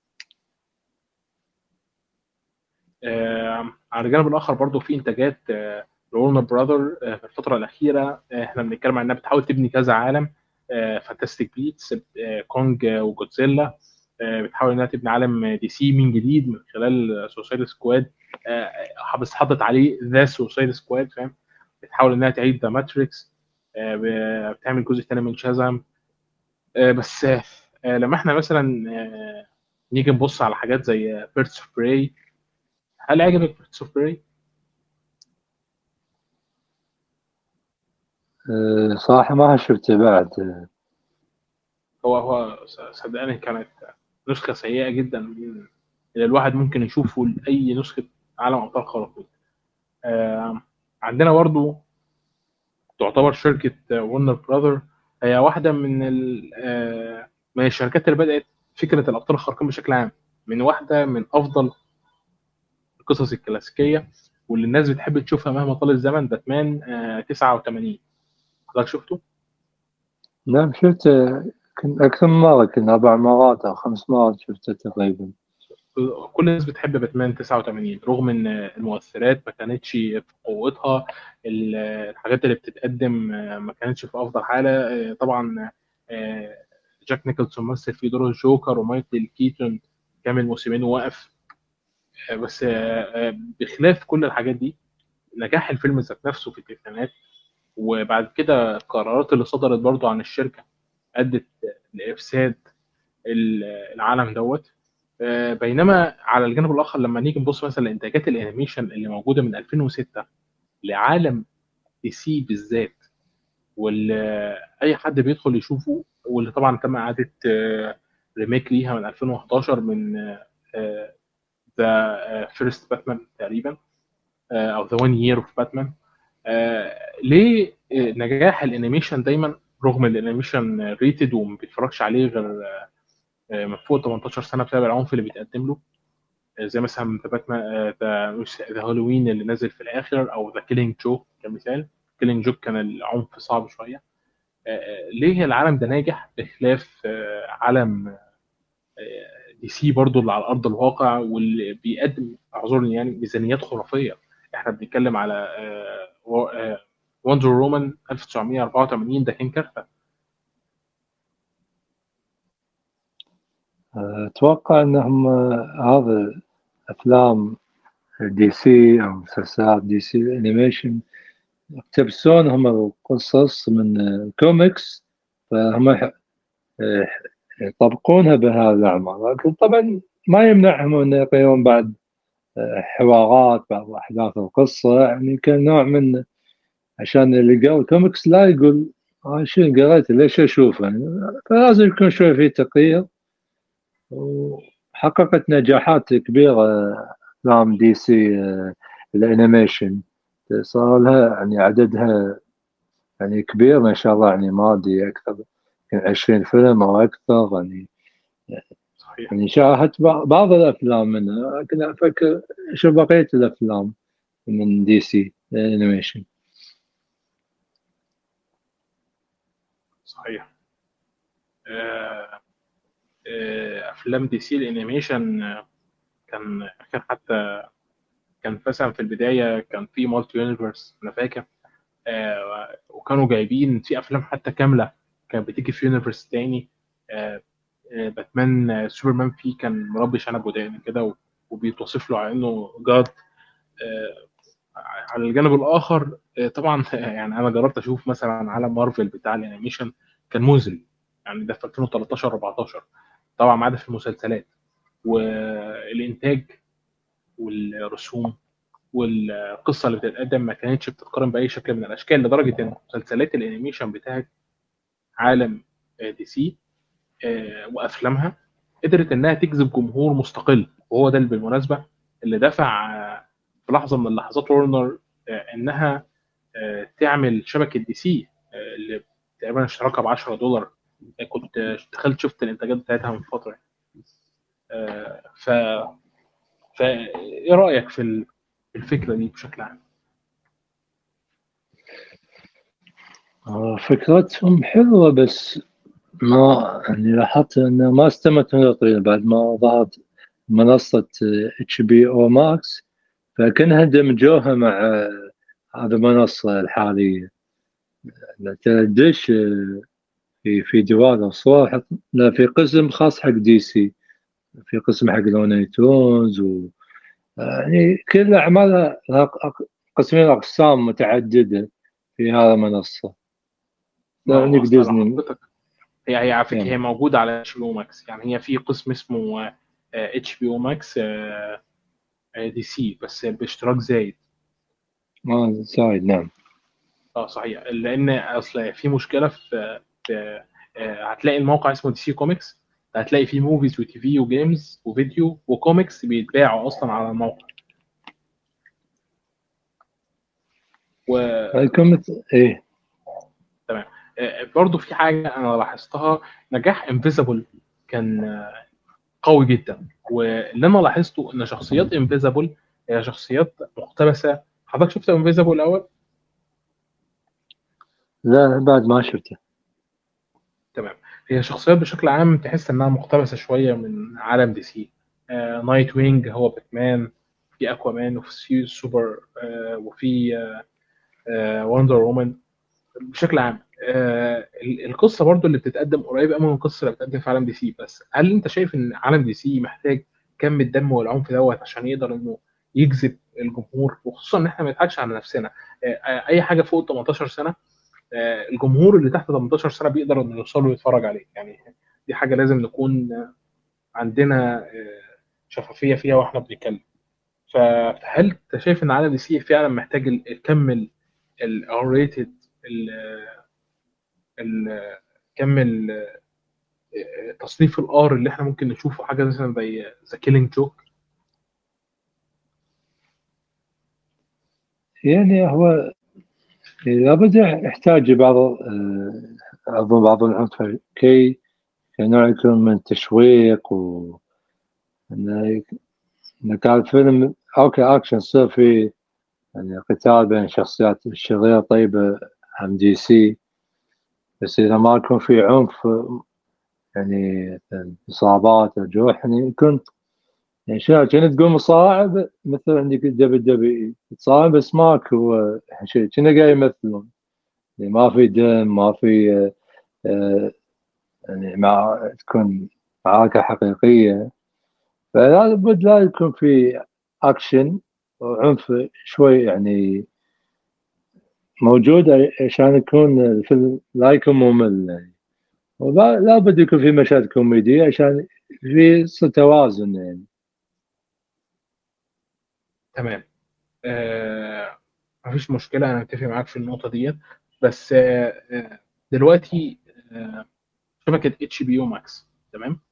على الجانب الاخر برضو في انتاجات لورنا براذر في الفتره الاخيره. احنا بنتكلم عن انها بتحاول تبني كذا عالم. فانتستيك بيتس، كونج وجودزيلا. بتحاول انها تبني عالم دي سي من جديد من خلال سوسايد سكواد. بس حطت عليه ذا سوسايد سكواد، فاهم؟ بتحاول انها تعيد ذا ماتريكس. بتعمل جزء تاني من شازام. بس لما احنا مثلا نيجي نبص على حاجات زي بيرتس اوف براي. هل عجبك بيرتس اوف براي؟ صراحة ما شفته بعد. هو صدقني كانت نسخة سيئة جدا اللي الواحد ممكن يشوفه لأي نسخة عالم أبطال خارقين. عندنا برضو تعتبر شركة ورنر براذر هي واحدة من من الشركات اللي بدأت فكرة الأبطال الخارقين بشكل عام، من واحدة من أفضل القصص الكلاسيكية واللي الناس بتحب تشوفها مهما طال الزمن، باتمان 89. حضرتك شفته؟ نعم شفته. كان أكثر من مرة، كان 4 مرات أو 5 مرات شفته تقريبا. كل الناس بتحب باتمان 89 رغم ان المؤثرات ما كانتش في قوتها. الحاجات اللي بتتقدم ما كانتش في افضل حاله. طبعا جاك نيكلسون مثل في دور الجوكر، ومايكل كيتون كامل موسمين ووقف. بس بخلاف كل الحاجات دي، نجاح الفيلم ذات نفسه في التسعينات، وبعد كده القرارات اللي صدرت برضو عن الشركة أدت لإفساد العالم دوت. بينما على الجانب الآخر لما نيجي نبص مثلا لإنتاجات الأنيميشن اللي موجودة من 2006 لعالم دي سي بالذات، واللي أي حد بيدخل يشوفه، واللي طبعا تم إعادة ريميك ليها من 2011 من ذا فيرست باتمان تقريبا، او ذا وان يير اوف باتمان. ليه نجاح الانيميشن دايما رغم ان الانيميشن ريتد وما بيتفرجش عليه غير من فوق 18 سنه بسبب العنف اللي بيتقدم له، زي مثلا ذا باتمان، ذا هالوين اللي نزل في الاخر، او ذا كيلينج جوك كمثال. كيلينج جوك كان العنف صعب شويه. ليه العالم ده ناجح بخلاف عالم دي سي برضو اللي على ارض الواقع، واللي بيقدم، اعذرني يعني، ميزانيات خرافيه. احنا بنتكلم على وندر رومان 1984، ده كان كارثه. أتوقع أنهم هذا أفلام دي سي أو مسلسلات دي سي أنيميشن يقتبسون هم القصص من كوميكس، فهم يطبقونها بهذا الأعمال. لكن طبعا ما يمنعهم أن يقيمون بعد حوارات بعض أحداث القصة، يعني كنوع من عشان اللي قال كوميكس لا يقول شو قريت ليش أشوفه يعني. فلازم يكون شوي في تقيير. وحققت نجاحات كبيرة أفلام دي سي الأنيميشن، صار لها يعني عددها يعني كبير ما شاء الله، يعني ما أدري أكثر يمكن 20 فيلم أو أكثر يعني. صحيح. يعني شاهدت بعض الأفلام منها، لكن أفكر شو بقية الأفلام من دي سي أنيميشن. صحيح. افلام دي سي الانيميشن كان حتى كان مثلا في البدايه كان في مالتي يونيفرس، انا فاكر. وكانوا جايبين في افلام حتى كامله كانت بتيجي في يونيفرس تاني. باتمان سوبرمان فيه كان مربي شنب ودقن كده، وبيتوصف له على انه جاد. على الجانب الاخر طبعا يعني انا جربت اشوف مثلا عالم مارفل بتاع الانيميشن، كان مزري. يعني ده في 2013 14، طبعا ما عدا في المسلسلات والانتاج والرسوم والقصه اللي بتتقدم ما كانتش بتتقارن باي شكل من الاشكال، لدرجه ان مسلسلات الانيميشن بتاعت عالم دي سي وافلامها قدرت انها تجذب جمهور مستقل. وهو ده اللي بالمناسبه اللي دفع في لحظه من اللحظات وورنر انها تعمل شبكه دي سي اللي تقريبا اشتراكها ب $10. كنت دخلت شفت الانتاجات بتاعتها من فتره. ف ايه رايك في الفكره دي بشكل عام؟ فكرتهم حلوة، بس ما يعني لاحظت انه ما استمرت طويلة بعد ما ظهرت منصة اتش بي او ماكس، فكانها دمجوها مع هذه المنصة الحالية. لا تدش في فيديوهات او صور لا في قسم خاص حق دي سي، في قسم حق لوني تونز يعني كل اعمالها لها قسمين اقسام متعددة في هذه المنصة. ما هو عندك اصلا لو ديزني حضرتك، هي على فكره هي يعني. موجوده على اتش بي او ماكس. يعني هي في قسم اسمه اتش بي او ماكس دي سي بس باشتراك زايد. ما سايد نعم. اه صحيح، لان اصل في مشكله في هتلاقي الموقع اسمه دي سي كوميكس، هتلاقي فيه موفيز وتي في وجيمز وفيديو وكوميكس بيتباعوا اصلا على الموقع. و رايكم ايه؟ تمام. برضو في حاجه انا لاحظتها، نجاح انفيزبل كان قوي جدا. واللي انا لاحظته ان شخصيات انفيزبل هي شخصيات مقتبسه. حضرتك شفت انفيزبل الاول؟ لا بعد ما شفته. تمام. هي شخصيات بشكل عام تحس انها مقتبسه شويه من عالم دي سي. نايت وينج هو باتمان، في اكوامان، وفي سوبر وفي وندر وومن. بشكل عام القصه برضو اللي بتتقدم قريبه قوي من القصه اللي بتتقدم في عالم دي سي. بس هل انت شايف ان عالم دي سي محتاج كم الدم والعنف دوت عشان يقدر انه يجذب الجمهور؟ وخصوصا ان احنا ما نضحكش على نفسنا، اي حاجه فوق 18 سنه الجمهور اللي تحت 18 سنه بيقدر انه يوصل له يتفرج عليه يعني. دي حاجه لازم نكون عندنا شفافيه فيها واحنا بنتكلم. فهل انت شايف ان عالم دي سي فعلا محتاج الكم الار ريتد، كم تصنيف الار اللي احنا ممكن نشوفه حاجه مثلا زي ذا كيلينج جوك؟ يعني هو لابد يحتاج بعض أظن بعض العنف كي كنوع يكون من تشويق، و إنه كان الفيلم أوكي أكشن يصير فيه يعني قتال بين شخصيات شريرة طيبة هم دي سي، بس إذا ما يكون في عنف يعني مثلاً إصابات أو جروح يعني يكون يعني شنو كأنك تقول مصارعة مثل عندك دبليو تصارع بس ماكو شيء كأنه قاعد يمثلون يعني ما في دم ما في يعني مع تكون معركة حقيقية. فلا بد لا يكون في أكشن وعنف شوي يعني موجود عشان يكون الفيلم لا يكون ممل يعني. ولا بد يكون في مشاهد كوميدية عشان في توازن يعني. تمام. مفيش مشكله، انا متفق معاك في النقطه ديت. بس دلوقتي شبكه اتش بي او ماكس، تمام.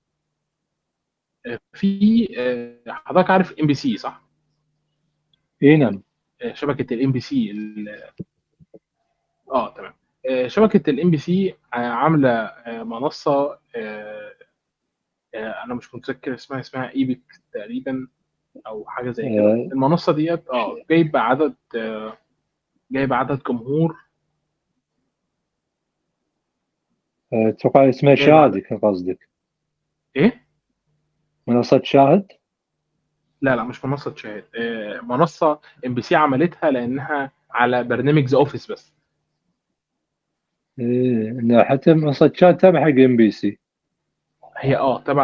في حضرتك عارف ام بي سي صح؟ اي نعم. شبكه الام بي سي. اه تمام. شبكه الام بي سي عامله منصه، انا مش متذكر اسمها ايبك تقريبا او حاجه زي كده. آه، المنصه ديت جايبه عدد جمهور. اتوقع اسمه جايبه شاهد عدد كان قصدك. ايه؟ منصة شاهد. لا لا، مش منصه شاهد. منصه ام بي سي عملتها لانها على برنامج ذا اوفيس بس. إنه حتى منصة شاهد تابع حق ام بي سي. هي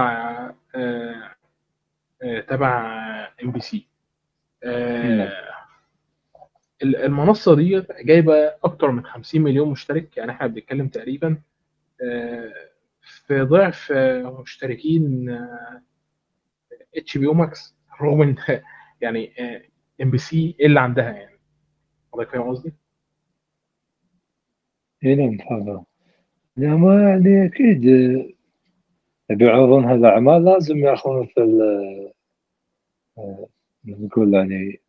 تبع ام بي سي. نعم. المنصه دي جايبه اكتر من 50 مليون مشترك. يعني احنا بنتكلم تقريبا آه، في ضعف مشتركين اتش بي او ماكس، رغم ان يعني ام بي سي ايه اللي عندها يعني. حضرتك فاهم قصدي؟ نعم هذا. لا ما يعني اكيد بيعرضون هالأعمال لازم ياخذون مثل نقول يعني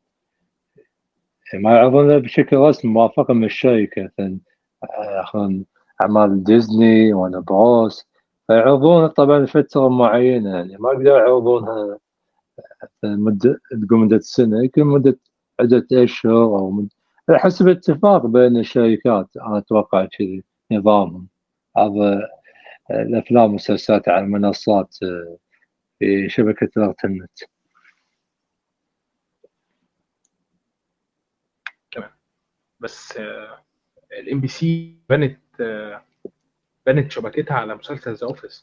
ما يعرضونها بشكل رسمي موافقة من الشركة مثلا ياخذون أعمال ديزني وانا بروس فيعرضونها طبعا لفترة معينة يعني ما يقدروا يعرضونها مدة تقول مدة سنة يمكن مدة عدة أشهر أو على حسب اتفاق بين الشركات. أنا أتوقع كذي نظامهم هذا الأفلام والمسلسلات على المنصات في شبكة الإنترنت. تمام. بس الام بي سي بنت شبكتها على مسلسل ذا اوفيس.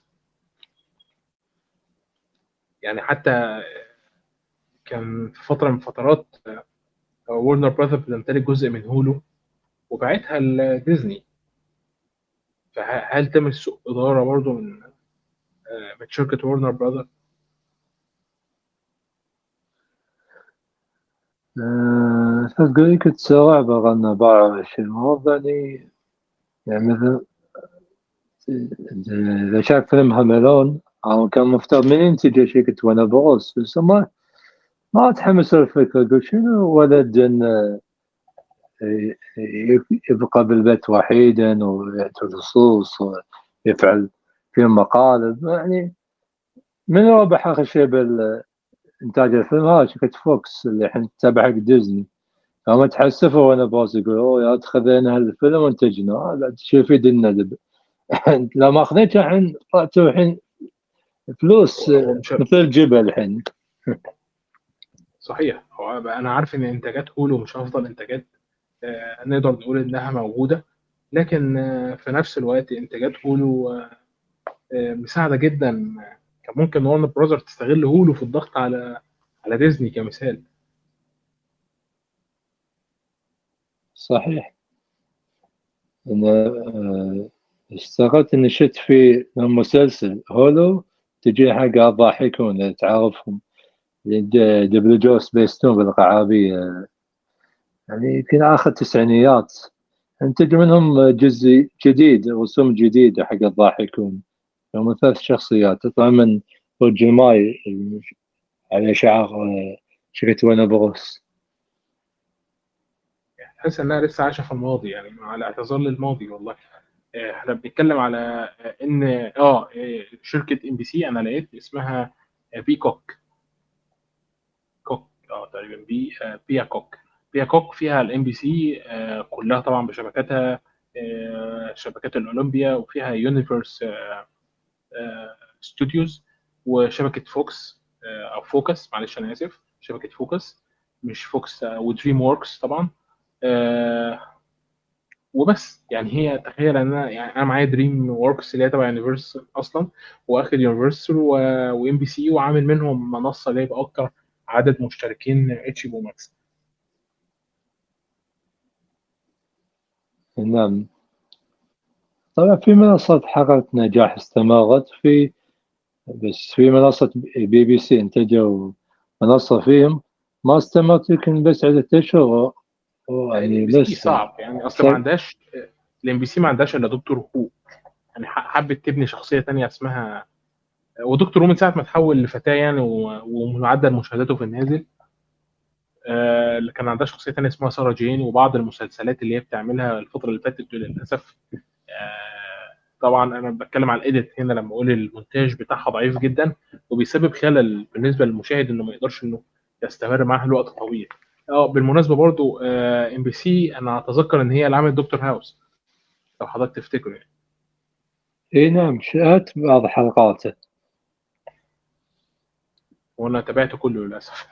يعني حتى كان في فتره من فترات ورنر براذر بتمتلك جزء من هولو وباعتها لديزني. فهل تم سوء اداره برضه من شركه ورنر براذر؟ تقول كنت صعب أنا بعرف شيء الموضوع يعني مثل إذا شاف فيلم هاملون أو كان مفترض من ينتج شركة وانا بروس بس ما تحمس الفكرة قلت شنو ولد إنه يبقى بالبيت وحيدا ويأتي لصوص ويفعل في مقالب يعني. من ربح آخر شيء بالإنتاج الفيلم؟ هذا شركة فوكس اللي الحين تتابع حق ديزني. هم تحسفوا وانا باص يقول اوه يا خذينا هالفيلم وانتجناه لا شو يفيد لنا لو ما اخذته الحين طلعتوا الحين فلوس هو مش مثل الجبل الحين. صحيح. هو انا عارف ان انتاجات هولو مش افضل انتاجات نقدر نقول انها موجوده. لكن في نفس الوقت انتاجات هولو مساعده جدا. كان ممكن وارنر براذر تستغل هولو في الضغط على ديزني كمثال. صحيح. أنا اشتغلت إني شفت في مسلسل هولو، تجي حق الضاحكون إذا تعرفهم، دبليو جو سبيستون بالقعابية، يعني يمكن آخر التسعينيات. انتج منهم جزء جديد، رسوم جديدة حق الضاحكون. هم 3 شخصيات، طبعا من روجر ماي على شعار شركة وانا بروس. تحس انها لسه عايشه في الماضي، يعني مع الاعتذار للماضي والله. احنا بنتكلم على ان شركه ام بي سي، انا لقيت اسمها بيكوك. كوك تقريبا بيا كوك. بيا كوك فيها الام بي سي كلها طبعا بشبكاتها، شبكات الاولمبيا، وفيها يونيفرس ستوديوز، وشبكه فوكس او فوكس، معلش انا اسف، شبكه فوكس مش فوكس، ودريم ووركس طبعا. آه، وبس. يعني هي تخيل ان انا، يعني انا معايا دريم ووركس اللي هي تبع يونيفرسال اصلا، واخد يونيفرسال وام بي سي، وعامل منهم منصه اللي هي باكتر عدد مشتركين اتش بي ماكس. نعم. طبعا في منصات حققت نجاح استمرت في، بس في منصة بي بي سي انتجوا منصة فيهم ما استمرت يمكن بس 6 أشهر، الام يعني بي سي بس صعب، يعني اصل ما صار. عندهاش، الام بي سي ما عندهاش الا دكتور هو. يعني حبت تبني شخصيه تانية اسمها، ودكتور هو من ساعه ما تحول لفتاه يعني، ومعدل مشاهداته في النازل. اللي كان عندها شخصيه تانية اسمها ساره جين، وبعض المسلسلات اللي هي بتعملها الفتره اللي فاتت دي للاسف. طبعا انا بتكلم على الايديت هنا لما اقول المونتاج بتاعها ضعيف جدا، وبيسبب خلل بالنسبه للمشاهد انه ما يقدرش انه يستمر معاه لوقت طويل. بالمناسبه برضو ام بي سي انا اتذكر ان هي اللي عملت دكتور هاوس، لو حضرتك تفتكر يعني. اي نعم، شاهدت بعض حلقاته. وانا تابعته كله للاسف.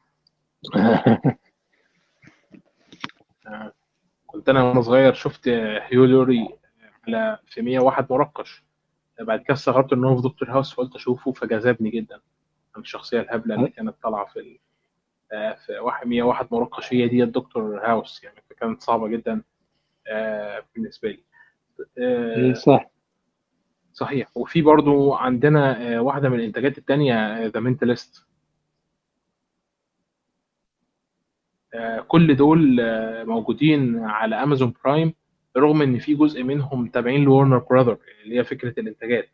آه، كنت انا وانا صغير شفت هيو لوري على في 101 مرقش. بعد كده استغربت ان هو في دكتور هاوس، فقلت اشوفه فجذبني جدا عن الشخصيه الهبله اللي كانت طالعه في 101 مناقشه، هي دي الدكتور هاوس يعني، فكانت صعبه جدا بالنسبه لي. اي آه، صح. صحيح. وفي برضو عندنا واحده من الانتاجات التانيه، ذا مينتاليست. كل دول موجودين على امازون برايم، رغم ان في جزء منهم تابعين لورنر براذر اللي هي فكره الانتاجات.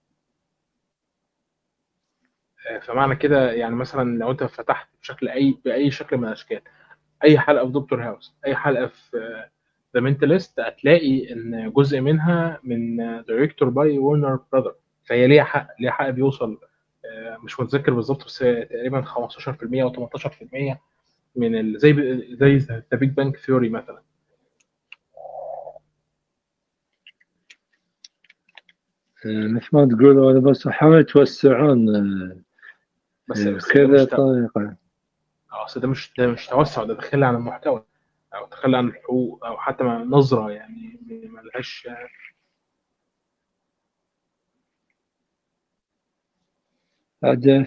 فمعنى كده يعني مثلا لو انت فتحت بشكل باي شكل من الاشكال اي حلقه في دكتور هاوس، اي حلقه في ذا مينتاليست، هتلاقي ان جزء منها من دايركتور باي ورنر براذر. فهي ليها حق بيوصل، مش متذكر بالظبط، بس تقريبا 15% او 18% من زي ذا بيج بانك ثيوري مثلا. مثل ما تقول، أنا بس حاولوا يتوسعون بس ده بكذا مش طريقة. ده مش توسع، ده تخلى عن المحتوى، او تخلى عن الحقوق، او حتى نظره يعني ملهاش. عاد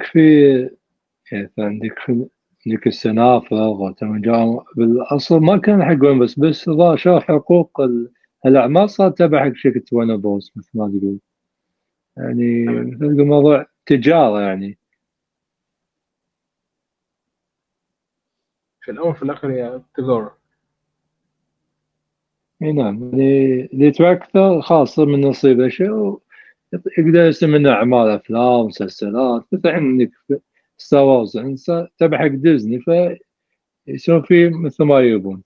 عندك السنافر وتمجام بالأصل ما كان حقهم، بس ظهر شو حقوق الأعمال صار تبع حق شركة وانا بوس مثل ما تقول، يعني تمام. مثل الموضوع تجارة يعني. في الاول في الاخر هي تجاره. اي نعم، اللي يدفع أكثر خاصة من نصيبه شيء، يقدر يرسم منه أعمال أفلام مسلسلات. مثل عندك ستار وورز يعني تبع حق ديزني، فيسوون فيه مثل ما يبون.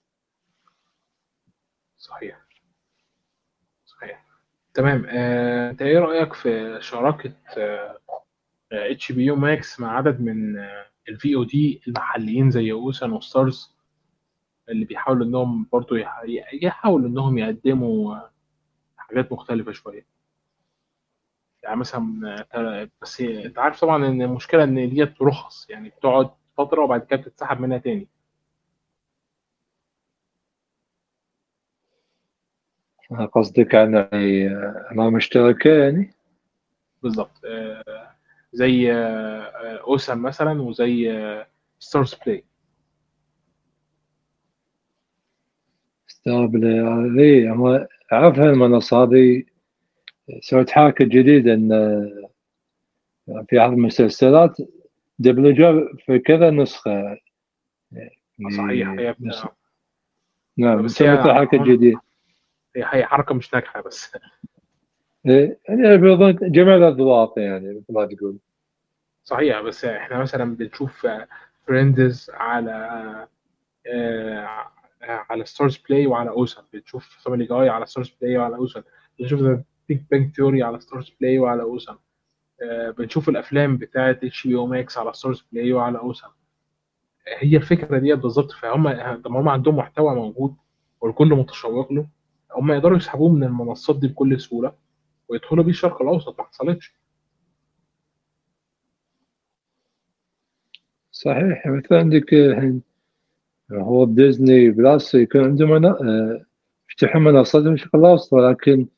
صحيح. صحيح. تمام. انت ايه رأيك في شراكة اتش بي يو ماكس مع عدد من الفي او دي المحليين زي اوسن وستارز، اللي بيحاولوا انهم برضو يحاولوا انهم يقدموا حاجات مختلفة شوية. يعني مثلا بس انت عارف طبعا ان المشكلة ان ديت رخص، يعني بتقعد فترة وبعد كده بتتسحب منها تاني. قصدك عن يعني أعمال مشتركة يعني؟ بالظبط. زي اوسم مثلا، وزي ستارز بلاي. استغرب لي أما أعرف المنصة هذه سوت حركة جديدة إن في بعض المسلسلات دبلجة في كذا نسخة صحيح. يعني نعم بس هي مثل حركة عموما جديدة. هي حركه مش ناجحه بس. يعني بيظن جميع الأذواق يعني مثل ما تقول. صحيح. بس احنا مثلا بنشوف فريندز على على ستارز بلاي وعلى اوسم، بنشوف فاميلي جاي على ستارز بلاي وعلى اوسم، بنشوف ذا بيج بانج ثيوري على ستارز بلاي وعلى اوسم، بنشوف الافلام بتاعه اتش بي او ماكس على ستارز بلاي وعلى اوسم. هي الفكره دي بالظبط. فهم لما هم عندهم محتوى موجود والكل متشوق له، هم يقدروا يسحبوه من المنصات دي بكل سهوله ويدخلوا بيه الشرق الاوسط. ما حصلتش. صحيح مثل عندك الحين هو بديزني بلس يكون عندهم يفتحون منصات بشكل أوسط، ولكن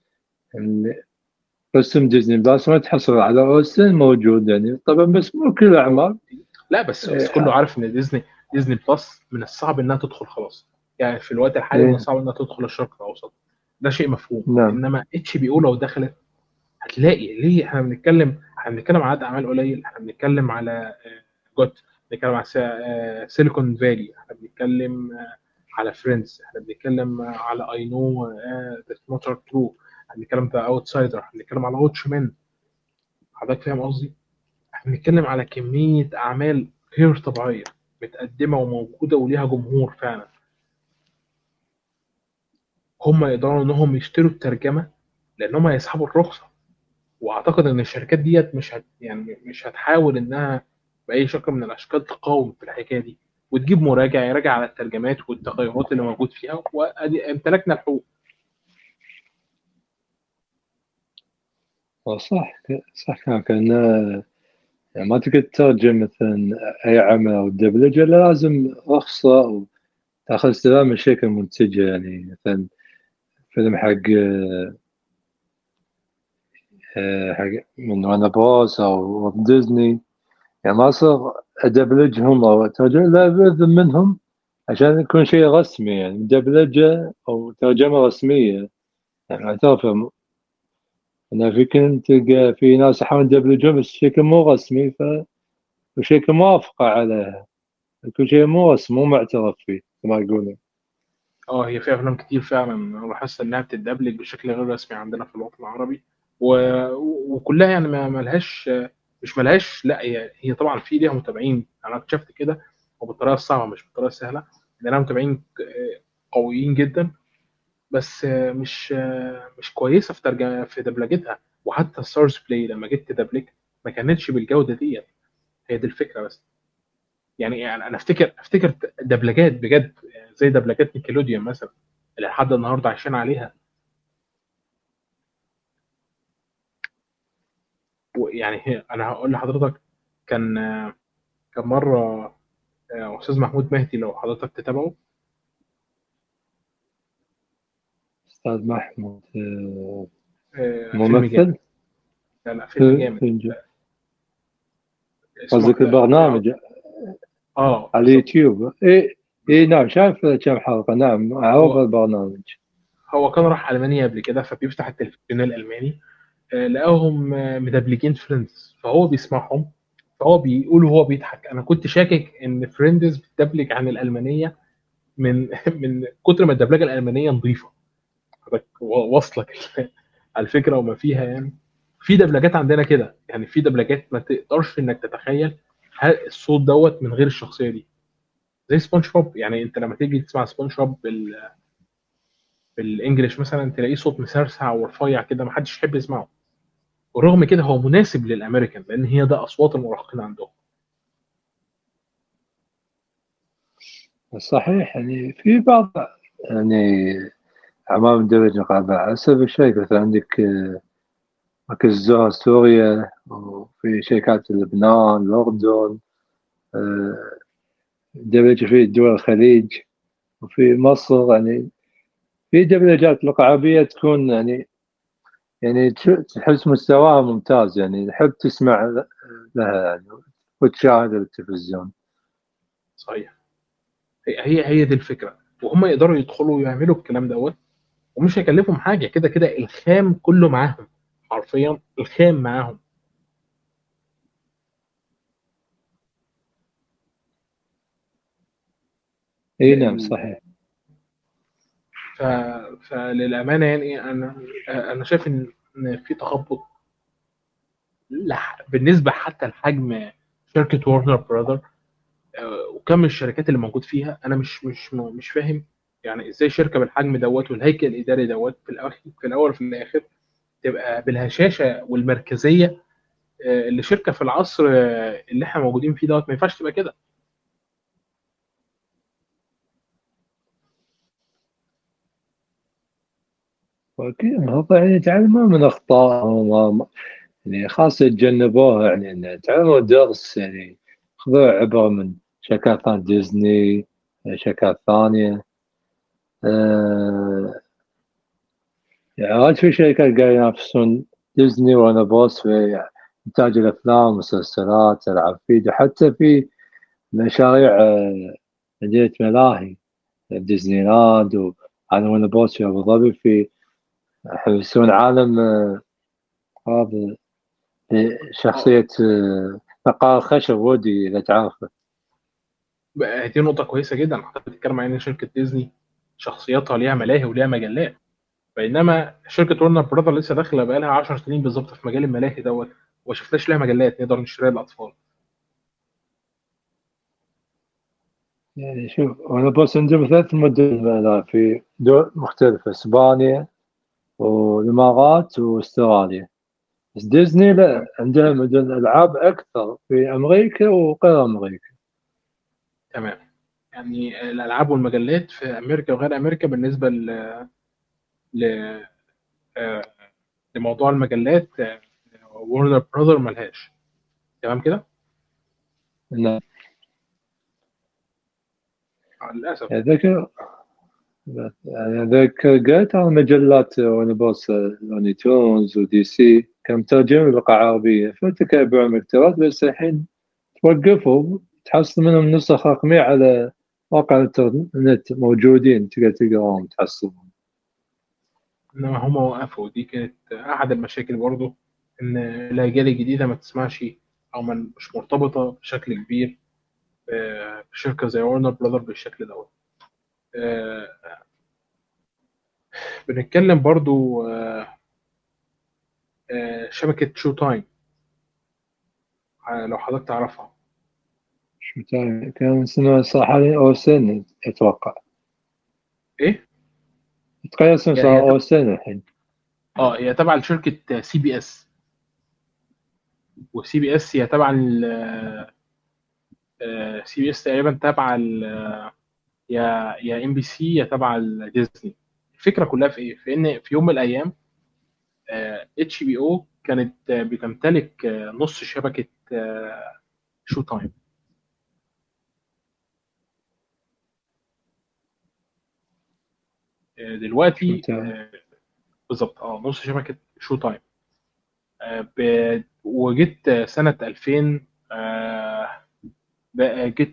قسم ديزني بلس ما تحصل على أوستن موجود يعني طبعا بس مو كل الأعمال. لا، بس كله إيه. عارف ان ديزني بلس من الصعب انها تدخل خلاص. يعني في الوقت الحالي من إيه. الصعب انها تدخل الشرق الاوسط. ده شيء مفهوم. نعم. انما اتش بي او لو دخلت هتلاقي ليه. احنا بنتكلم على عدد اعمال قليل. احنا بنتكلم على جوت، بنتكلم على سيليكون فالي، احنا بنتكلم على فريندز، احنا بنتكلم على اي نو ذات ماتر ترو، احنا بنتكلم على اوتسايدر، احنا بنتكلم على واتش مان. حضرتك فاهم قصدي؟ احنا بنتكلم على كميه اعمال غير طبيعيه متقدمه وموجوده وليها جمهور فعلا. هم يقدروا انهم يشتروا الترجمه لان هم هيسحبوا الرخصه. واعتقد ان الشركات ديت مش هتحاول انها باي شكل من الاشكال تقاوم في الحكايه دي، وتجيب مراجع يراجع على الترجمات والتغيرات اللي موجود فيها، وادي امتلكنا الحقوق. صح. صح كان يعني ما تقدر تترجم مثلا أي عمل أو دبلجة لازم رخصة أو تاخذ استلام من الشركة المنتجة يعني مثلا فيلم حق من وانا بروس أو ديزني يعني ما صار أدبلجهم أو أترجم لا بإذن منهم عشان يكون شيء رسمي يعني دبلجة أو ترجمة رسمية. يعني أعترف أنا في كنت تلقى في ناس يحاولون يدبلجون بس بشكل مو رسمي فبشكل موافقة عليها كل شيء مو رسمي مو معترف فيه كما يقولون. اه، هي في افلام كتير فعلا انا بحس انها بتدبلج بشكل غير رسمي عندنا في الوطن العربي. وكلها يعني ما ملهاش، مش ملهاش. لا، هي طبعا في ليها متابعين، انا اكتشفت كده، وبالطريقه الصعبه مش بالطريقه السهله. لها متابعين قويين جدا. بس مش كويسه في دبلجتها. وحتى ستارز بلاي لما جيت تدبلج ما كانتش بالجوده دي. هي دي الفكره بس. يعني انا افتكر دبلجات بجد زي دبلجات نيكلوديون مثلا اللي لحد النهارده عايشين عليها. ويعني انا هقول لحضرتك، كان كان مره استاذ محمود مهدي لو حضرتك تتابعه. أستاذ محمود فيلم جامد. ممثل لا لا، فيلم جامد. في اسمه قصدك البرنامج على بالظبط. اليوتيوب. إيه. إيه بالظبط. نعم شايف كم حلقة نعم أعرف هو البرنامج. هو كان راح المانيا قبل كده، فبيفتح التلفزيون الالماني، لقاهم مدبلجين فريندز فهو بيسمعهم. فهو بيقول وهو بيضحك انا كنت شاكك ان فريندز بتدبلج عن الالمانيه من من كتر ما الدبلجه الالمانيه نظيفه. حضرتك واصلك الفكره وما فيها يعني. في دبلجات عندنا كده، يعني في دبلجات ما تقدرش انك تتخيل الصوت دوت من غير الشخصيه دي. زي سبونج بوب. يعني انت لما تيجي تسمع سبونج بوب بالانجلش مثلا تلاقيه صوت مسرسع ورفيع كده ما حدش يحب يسمعه. ورغم كده هو مناسب للامريكان لان هي ده اصوات المراهقين عندهم. صحيح يعني في بعض يعني أعمال مدرجة قابلة على حسب الشركة مثلا عندك مركز الزهرة سوريا وفي شركات لبنان الأردن دبلجة في دول الخليج وفي مصر يعني في دبلجات العربية تكون يعني تحس مستواها ممتاز، يعني تحب تسمع لها يعني وتشاهد التلفزيون. صحيح. هي دي الفكره، وهم يقدروا يدخلوا ويعملوا الكلام دوت، ومش هيكلفهم حاجه، كده كده الخام كله معاهم، حرفيا الخام معاهم. اي نعم ال- صحيح. ف... فللامانه يعني انا شايف ان في تخبط بالنسبه حتى لحجم شركه وارنر براذر، وكم الشركات اللي موجود فيها. انا مش فاهم يعني ازاي شركه بالحجم دوت والهيكل الاداري دوت في الاول وفي الاخر تبقى بالهشاشه والمركزيه اللي شركه في العصر اللي احنا موجودين فيه دوت ما ينفعش تبقى كده. واكيد هو يعني يتعلمون من اخطائهم يعني خاصة يتجنبوها، يعني إن يتعلموا درس، يعني خذوا عبرة من شركات ثانية ديزني، شركات ثانية. آه يعني وايد في شركات قاعد ينافسون ديزني وانا بوس في إنتاج الأفلام، مسلسلات، ألعاب فيديو، حتى في مشاريع مدينة ملاهي ديزني لاند، وعالم وانا بوس في أبو ظبي، في يحسون عالم هذا اه شخصية نقار خشب وودي إذا تعرفه. بقى دي نقطه كويسه جدا، حضرتك بتتكلم عن ان شركه ديزني شخصياتها ليها ملاهي وليها مجلات، بينما شركه ورنر براذر لسه داخله بقى لها 10 سنين بالظبط في مجال الملاهي دوت، وما شفناش لها مجلات نقدر نشتريها للاطفال. يعني شوف، أنا بس عندهم 3 مدن هنا في دول مختلفة: إسبانيا والإمارات وأستراليا. بس ديزني لا، عندها مدن ألعاب أكثر في أمريكا وغير أمريكا. تمام. يعني الالعاب والمجلات في امريكا وغير امريكا بالنسبه ل... آه، لموضوع المجلات ورنر براذر ملهاش. تمام كده. نعم. للاسف. يعني ذاك قريت على مجلات وأنا بوس لوني تونز ودي سي، كان مترجم لغة عربية فتتابع المكتبات، بس الحين توقفوا، تحصل منهم نسخ رقمية على مواقع الإنترنت، موجودين تقدر تقراهم تحصلهم. انما هم وقفوا، دي كانت احد المشاكل برضو، ان الاجيال الجديده ما تسمعش او مش مرتبطه بشكل كبير بشركه زي ورنر براذر بالشكل دوت. آه، بنتكلم برضو شبكه شو تايم، لو حضرتك تعرفها. شو تاني كان اسمه صراحة أوسن أتوقع. ايه. تخيل اسمه هي صار هي تبع أوسن الحين. هي تبع لشركه سي بي اس، وسي بي اس هي تبع سي بي اس تقريبا تبع يا ام بي سي يا تبع ديزني. الفكره كلها في ايه؟ في ان في يوم من الايام اتش بي او كانت بتمتلك نص شبكه شو تايم. شو دلوقتي تاني. بالظبط نص شبكه شو تايم. وجيت سنه 2000 جيت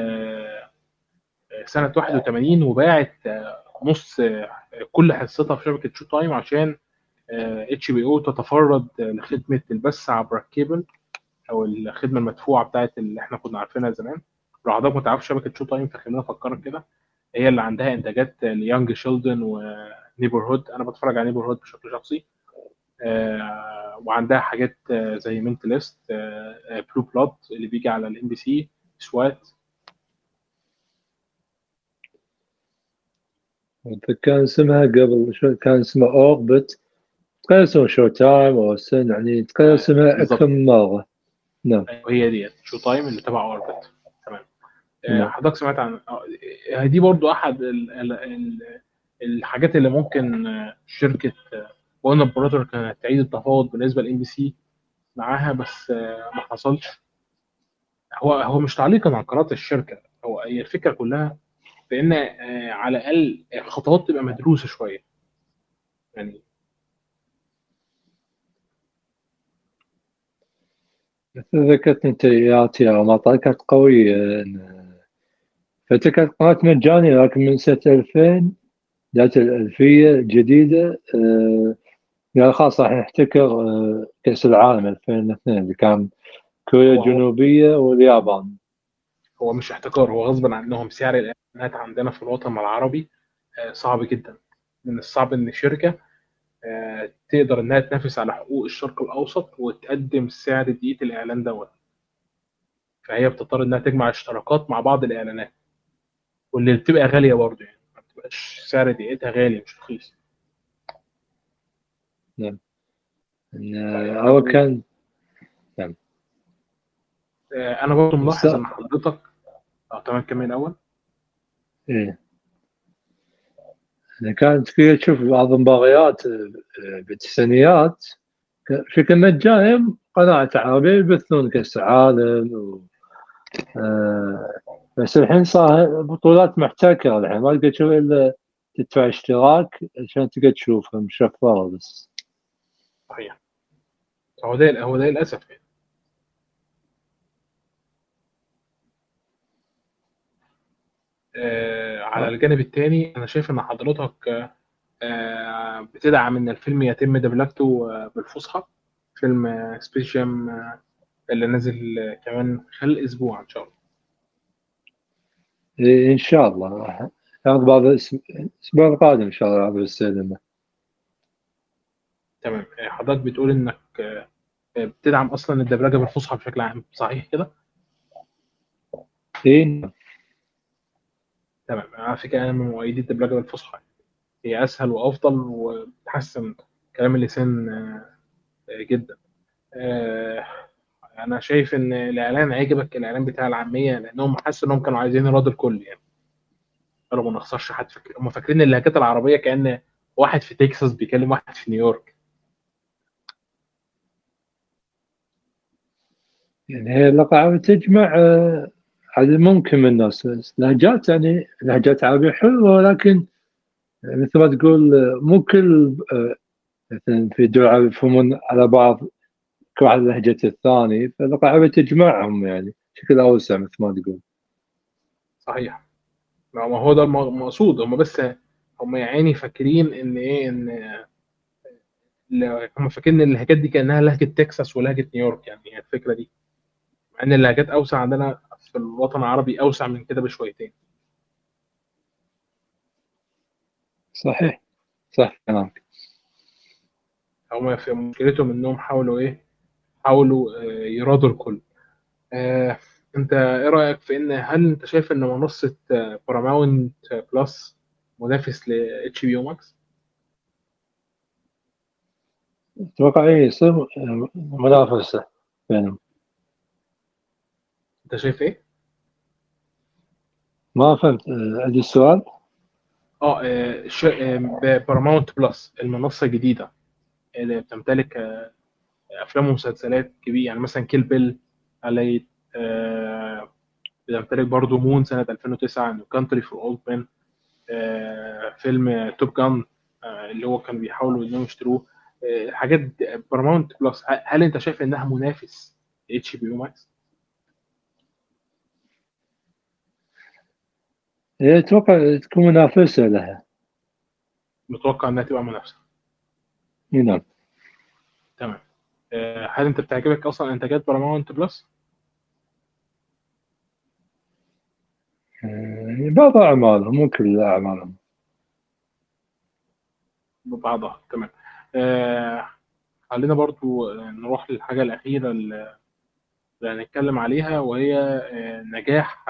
سنه 81 وباعت نص كل حصتها في شبكه شو تايم عشان اتش بي او تتفرد لخدمه البث عبر الكيبل، او الخدمه المدفوعه بتاعت اللي احنا كنا عارفينها زمان. لو حضرتك ما تعرفش شبكه شو تايم فخلينا افكرك كده. هي اللي عندها انتاجات ليانج شيلدن ونيبر هود، انا بتفرج على نيبر هود بشكل شخصي. وعندها حاجات زي منت ليست، بلو بلاد اللي بيجي على الام بي سي، سوات. كان اسمها قبل شو كان اسمه أوربت. تخيل اسمه شو تايم أو سن، يعني تخيل اسمها أكثر بالظبط. من مرة. نعم. هي ديت شو تايم اللي تبع اوربت. تمام. نعم. حضرتك سمعت عن دي برضو احد الحاجات اللي ممكن شركه وانا براذر كانت تعيد التفاوض بالنسبه للام بي سي معاها، بس ما حصلش. هو مش تعليقا على قرارات الشركه، هي الفكره كلها لان على الاقل الخطوات تبقى مدروسه شويه يعني. ذكرت انت اياتي او مطار كانت قويه. فتره كانت قناه مجانيه، لكن من سنه 2000 ذات الالفيه الجديده يعني خلاص راح نحتكر كاس العالم 2002 اللي كان كوريا هو الجنوبيه واليابان. هو مش احتكار، هو غصبا عنهم سعر الاعلانات عندنا في الوطن العربي صعب جدا. من الصعب ان شركه تقدر انها تنافس على حقوق الشرق الاوسط وتقدم سعر دقيقه الاعلان دوت. فهي بتضطر انها تجمع اشتراكات مع بعض الاعلانات، واللي بتبقى غاليه برضه يعني، ما بتبقاش سعر دقيقتها غالي مش رخيص. نعم. طيب او كان. نعم. انا برضه بس ملاحظ ان حضرتك تمام كمان اول. إيه. كانت في تشوف بعض المباريات بالتسعينيات بشكل مجاني، قناة عربية يبثون كأس العالم بس الحين صار بطولات محتكرة، الحين ما تقدر تشوف إلا تدفع اشتراك عشان تقدر تشوفها مشفرة بس. صحيح. هو ده للاسف يعني. على الجانب الثاني انا شايف ان حضرتك بتدعم ان الفيلم يتم دبلجته بالفصحى. فيلم سبيس جام اللي نازل كمان خلال اسبوع ان شاء الله. إيه إن شاء الله راح ياخذ بعض الأسبوع القادم إن شاء الله يلعب السينما. تمام. حضرتك بتقول انك بتدعم اصلا الدبلجه بالفصحى بشكل عام، صحيح كده؟ إيه. تمام. على فكره انا من مؤيدي الدبلجه بالفصحى، هي اسهل وافضل وبتحسن كلام اللسان جدا. آه، انا شايف ان الاعلان عجبك، الاعلان بتاع العاميه، لانهم حاسس انهم كانوا عايزين يراضوا الكل يعني. قالوا ما نخسرش حد. هم فاكرين اللهجات العربيه كأن واحد في تكساس بيكلم واحد في نيويورك. يعني هي اللقاء تجمع عدد ممكن من الناس، بس لهجات يعني لهجات عربية حلوة، ولكن مثل ما تقول مو كل مثلا في دول العرب يفهمون على بعض، كل واحد لهجة الثاني، فاللغة العربية تجمعهم يعني بشكل أوسع مثل ما تقول. صحيح. ما هو ده المقصود. هم بس هم يا عيني فاكرين ان ايه، ان هم فاكرين ان اللهجات دي كانها لهجه تكساس ولهجه نيويورك، يعني هي الفكره دي. مع ان اللهجات اوسع عندنا في الوطن العربي، اوسع من كده بشويتين. صحيح. صح كلامك. هم في مشكلتهم انهم حاولوا ايه، حاولوا يراضوا الكل. آه، انت ايه رايك في ان، هل انت شايف ان منصه باراماونت بلس منافس ل اتش بي او ماكس؟ أتوقع إيه يصير منافسة بينهم. انت شايف ايه؟ ما فهمت عندي السؤال. باراماونت بلس المنصه الجديده اللي بتمتلك افلام ومسلسلات كبيره، يعني مثلا كيل بيل، علي بتمتلك برضو مون سنه 2009، نيو كانتري فور اولد مان، فيلم توب جان اللي هو كانوا بيحاولوا انهم يشتروه. الحاجات باراماونت بلس، هل انت شايف انها منافس اتش بي او ماكس؟ إيه أتوقع تكون منافسة لها. متوقع انها تبقى منافسه. إيه نعم. تمام. هل انت بتعجبك اصلا انتاجات باراماونت بلس؟ بعض أعمالهم مو كل أعمالهم. ببعضها. تمام. آه، خلينا برضو نروح للحاجه الاخيره اللي هنتكلم عليها، وهي نجاح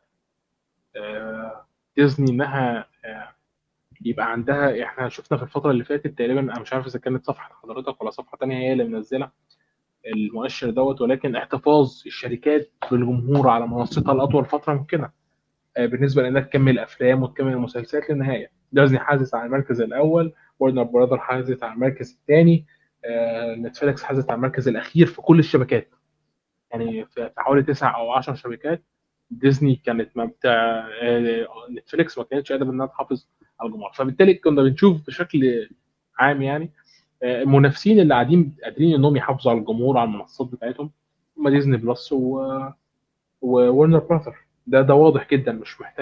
ديزني انها يبقى عندها. احنا شفنا في الفتره اللي فاتت تقريبا، انا مش عارف اذا كانت صفحه حضرتك ولا صفحه تانية هي اللي منزله المؤشر دوت، ولكن احتفاظ الشركات بالجمهور على منصتها لاطول فتره ممكنه بالنسبه لانها تكمل افلام وتكمل مسلسلات للنهايه. ديزني حازت على المركز الاول، ورنر براذر حازت على المركز الثاني، نتفليكس حازت على المركز الاخير في كل الشبكات، يعني في حوالي 9 او 10 شبكات. ديزني كانت ما بتاع نتفليكس ما كانتش قادره انها تحافظ على الجمهور، فبالتالي كنا بنشوف بشكل عام يعني المنافسين اللي قادرين انهم يحافظوا على الجمهور على المنصات بتاعتهم هم ديزني بلس وورنر براذر. ده واضح جدا،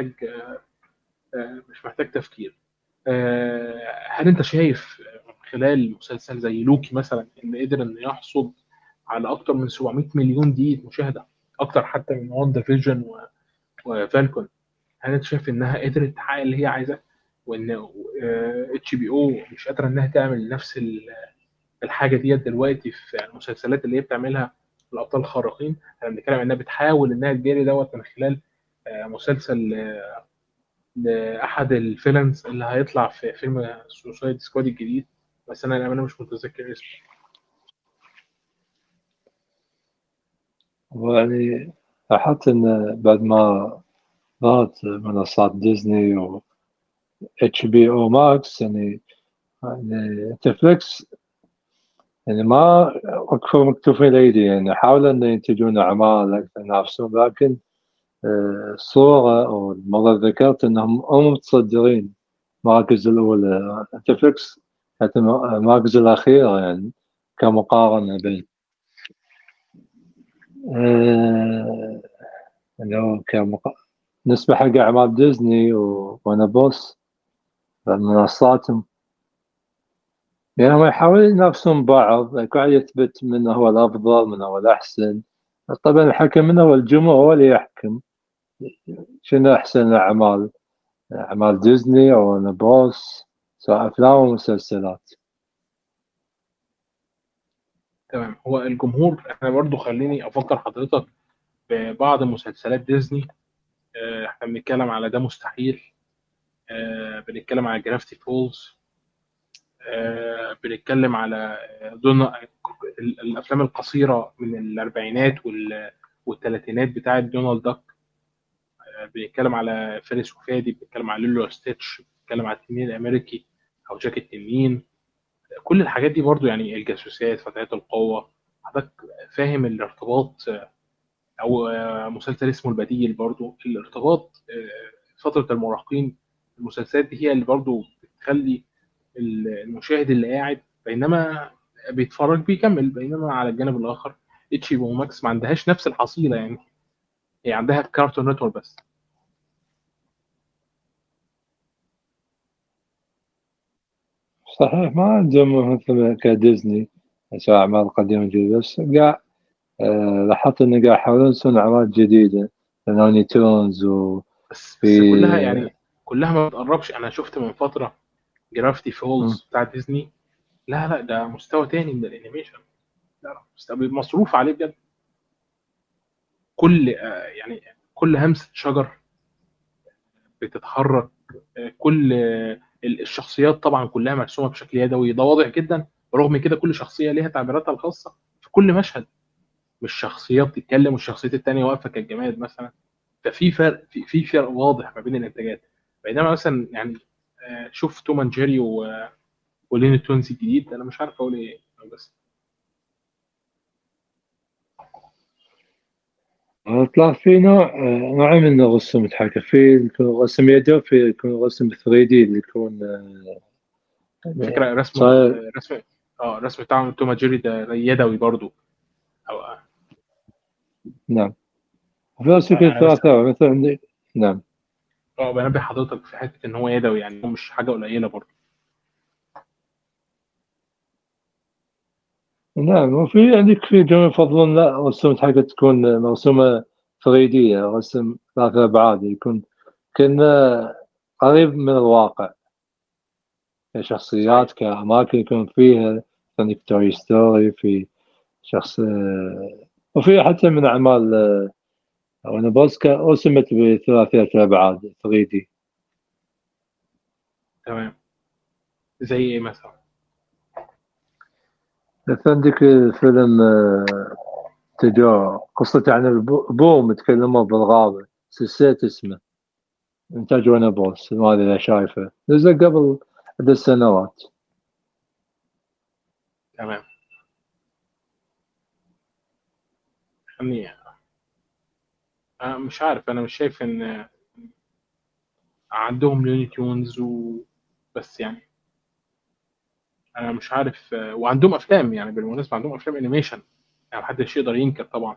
مش محتاج تفكير. هل انت شايف من خلال مسلسل زي لوكي مثلا ان قدر انه يحصد على اكتر من 700 مليون دقيقة مشاهدة، اكتر حتى من وان فيجن وفالكون؟ هل انت شايف انها قدرت تحقق اللي هي عايزاه، وان اتش بي او مش قادره انها تعمل نفس الحاجه ديت دلوقتي في المسلسلات اللي هي بتعملها الابطال الخارقين؟ احنا بنتكلم انها بتحاول انها تجاري دوت من خلال مسلسل لاحد الفيلنز اللي هيطلع في فيلم سوسايد سكواد الجديد، بس انا الامانه مش متذكر اسمه. ويعني لاحظت ان بعد ما ظهرت منصات ديزني و اتش بي او ماكس، يعني نتفليكس يعني ما وقفوا مكتوفين الايدي، يعني حاولوا ان ينتجون اعمال اكثر ينافسون، لكن الصورة او المرة ذكرت انهم هم متصدرين المراكز الاولى. نتفليكس كانت المراكز الاخيرة يعني كمقارنة بين آه، يعني هو نسبة حق أعمال ديزني وأنا بوس منصاتهم، يعني هم يحاولون ينافسون بعض، كل واحد يثبت من هو الأفضل من هو الأحسن. طبعا الحكم من هو الجمهور، هو اللي يحكم شنو أحسن الأعمال، أعمال ديزني أو أنا بوس، سواء أفلام أو مسلسلات. تمام. هو الجمهور، احنا برضو خليني افكر حضرتك ببعض مسلسلات ديزني. احنا بنتكلم على ده مستحيل، بنتكلم على جرافيتي فولز، بنتكلم على الافلام القصيره من الاربعينات والثلاثينات بتاعه دونالد داك. بنتكلم على فارس وفادي، بنتكلم على ليلو ستيتش، بنتكلم على التنين الامريكي او جاك التنين. كل الحاجات دي برضو يعني الجاسوسات، فتيات القوه. حضرتك فاهم الارتباط؟ او مسلسل اسمه البديل برضو الارتباط فتره المراهقين. المسلسلات دي هي اللي برضو بتخلي المشاهد اللي قاعد بينما بيتفرج بيكمل، بينما على الجانب الاخر اتش بي او ماكس ما عندهاش نفس الحصيله يعني. هي عندها كارتون نتورك بس. صحيح ما عندهم مثل كديزني سواء أعمال قديمة جديدة، بس قاع لاحظت إنه قاعد يحاولون يسوون أعمال جديدة، لوني تونز بس وفي بس كلها يعني كلها ما بتقربش. انا شفت من فتره جرافيتي مم. فولز بتاع ديزني، لا لا ده مستوى تاني من الانيميشن. لا لا مصروف عليه بجد. كل يعني كل همسه شجر بتتحرك، كل الشخصيات طبعا كلها مرسومه بشكل يدوي، ده واضح جدا. رغم كده كل شخصيه ليها تعبيراتها الخاصه في كل مشهد. مش شخصيه بتتكلم والشخصيه التانيه واقفه كالجماد مثلا. ففي فرق، في فرق واضح ما بين الانتاجات. بينما مثلا يعني شوف توم اند جيري ولين تونز الجديد، انا مش عارف اقول ايه بس. طلع في نوعين من الرسوم متحركة، في يكون رسم يدوي، وفي يكون رسم 3D اللي يكون فكره رسمه صاير. رسم بتاع توم اند جيري ده يدوي برضو. او نعم. وفي رسم يكون انا بس ثلاثة مثل عندي. نعم. بنبه حضرتك في حته ان هو يدوي، يعني هو مش حاجه قليله برضو. نعم، وفي عندك في جميع يفضلون لا رسوم متحركة تكون مرسومة 3D، رسم ثلاثة أبعاد، يكون كأنه قريب من الواقع، صحيح. كشخصيات كأماكن يكون فيها. عندك توي ستوري، في شخص وفي حتى من أعمال وانا بوسكا رسمت بثلاثية الأبعاد 3D. تمام. زي ايه مثلا؟ بس عندك فيلم تجو قصته عن بوم يتكلموا بالغابة، بس نسيت اسمه، إنتاج وانا بوس، ما أدري إذا شايفه، نزل قبل عدة سنوات. تمام. خليني مش عارف، انا مش شايف ان عندهم لوني تيونز بس يعني انا مش عارف. وعندهم افلام، يعني بالمناسبه عندهم افلام انيميشن، يعني محدش يقدر ينكر طبعا.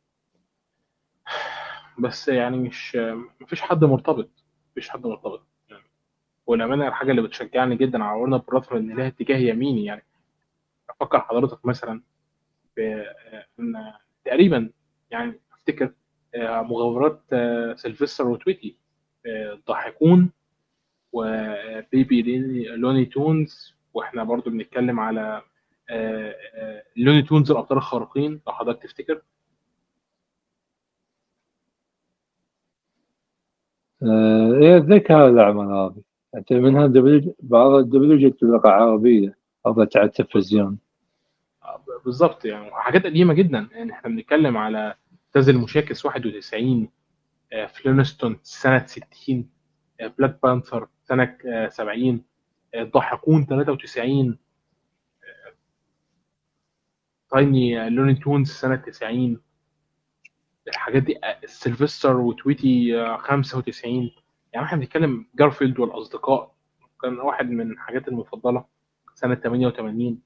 بس يعني مش مفيش حد مرتبط، مفيش حد مرتبط يعني. والامانه الحاجه اللي بتشجعني جدا على ورنر براذر ان لها اتجاه يميني يعني. افكر حضرتك مثلا في ان تقريبا، يعني افتكر مغامرات سيلفستر وتويتي، ضاحكون وبيبي لوني تونز، واحنا برضو بنتكلم على لوني تونز الابطال الخارقين لو حضرتك تفتكر. إيه أتذكر الأعمال هذه، حتى منها بعض الدبلجة بلغة عربية عرضت على التلفزيون. بالظبط، يعني حاجات قديمه جدا، يعني احنا بنتكلم على تاز المشاكس 91، فلينستون سنه 60، بلاك بانثر سنه 70، الضاحكون 93، تايني لوني تونز سنه 90، الحاجات دي سيلفستر وتويتي 95. يعني احنا بنتكلم جارفيلد والاصدقاء كان واحد من الحاجات المفضله سنه 88.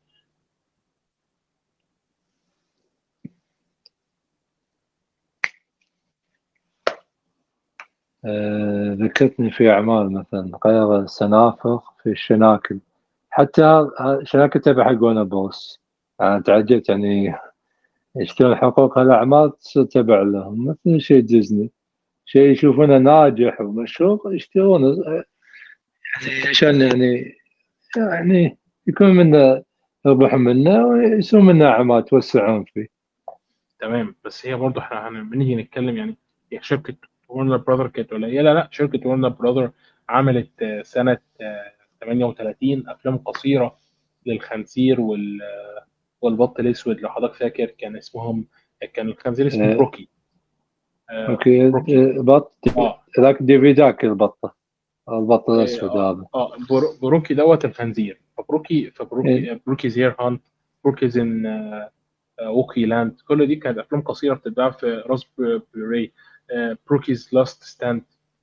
ذكرتني في أعمال مثلا غير السنافر في الشناكل، حتى شناكل تبع حق ورنر بروس. أنا تعجبت يعني يشترون حقوق هالأعمال تصير تبع لهم، مثل شيء ديزني، شيء يشوفونه ناجح ومشهور يشترونه، يعني عشان يعني يكون منه ربح منه ويسوون منه أعمال توسعون فيه. تمام، بس هي برضه احنا بنيجي نتكلم يعني، هي شركه ورنر براذر كانت قليله؟ لا، شركه ورنر براذر عملت سنه 38 افلام قصيره للخنزير والبط الاسود لو حضرتك فاكر كان اسمهم، كان الخنزير اسمه آه، بروكي. أوكي. بروكي. بط، اه ذاك ديفيداك البطة، البط الأسود هذا. بروكي دوت الخنزير، إيه. بروكي زير هانت، بروكيز ان ووكي لاند، كل دي كانت افلام قصيره بتتباع في راس بلوراي. بروكيز لاست ستاند،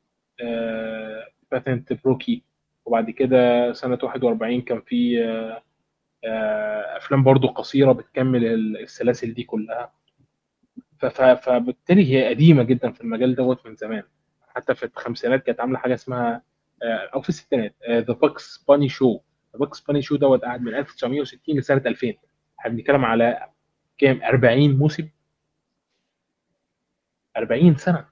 باتنت بروكي. وبعد كده سنه 41 كان في افلام برضو قصيره بتكمل السلاسل دي كلها. فبالتالي هي قديمه جدا في المجال دوت من زمان. حتى في الخمسينات كانت عامله حاجه اسمها او في الستينات ذا باكس باني شو. ذا باكس باني شو دوت قاعد من 1960 لسنه 2000. احنا بنتكلم على كام، 40 موسم، 40 سنه.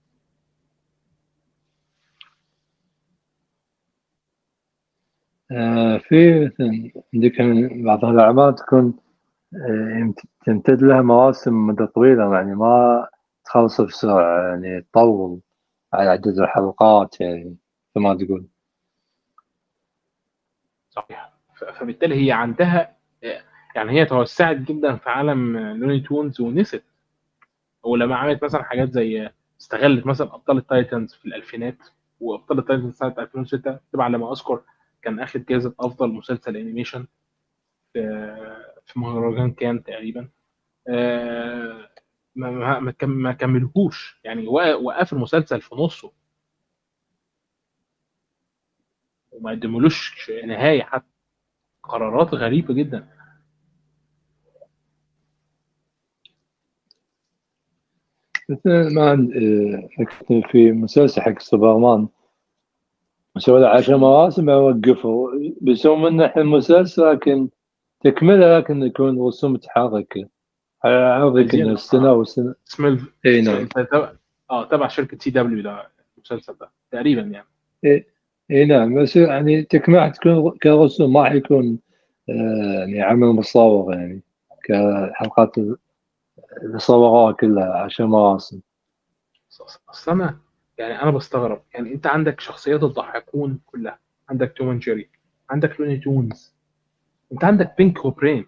في مثلا عندك بعض الأعمال تكون تمتد لها مواسم مدة طويلة، يعني ما تخلص بسرعة، يعني تطول على عدد الحلقات يعني مثل ما تقول. صحيح. فبالتالي هي عندها يعني هي توسعت جدا في عالم لوني تونز ونست. ولما عملت مثلا حاجات زي استغلت مثلا ابطال التايتنز في الالفينات، وابطال التايتنز سنه 2006 طبعا لما اذكر كان اخد جائزه افضل مسلسل انيميشن في مهرجان كان تقريبا. ما كملهوش يعني، وقف المسلسل في نصه وما قدملوش نهايه حتى. قرارات غريبه جدا. مثل ما فكرتني في مسلسل حق سوبرمان، سووا له 10 مواسم وقفوا، بيسوون منه الحين مسلسل لكن تكمله، لكن يكون رسوم متحركة، عرضك انه عايزين السنة والسنة. اسم اي نعم. انت تبع شركه سي دبليو ده المسلسل ده تقريبا يعني. اي. اي نعم، بس يعني تكمله تكون كرسوم، ما حيكون يعني عمل مصور يعني كحلقات اللي صوروها كلها 10 مواسم. اصل انا يعني انا بستغرب، يعني انت عندك شخصيات الضحكون كلها، عندك توم اند جيري، عندك لوني تونز، انت عندك بينك وبرين.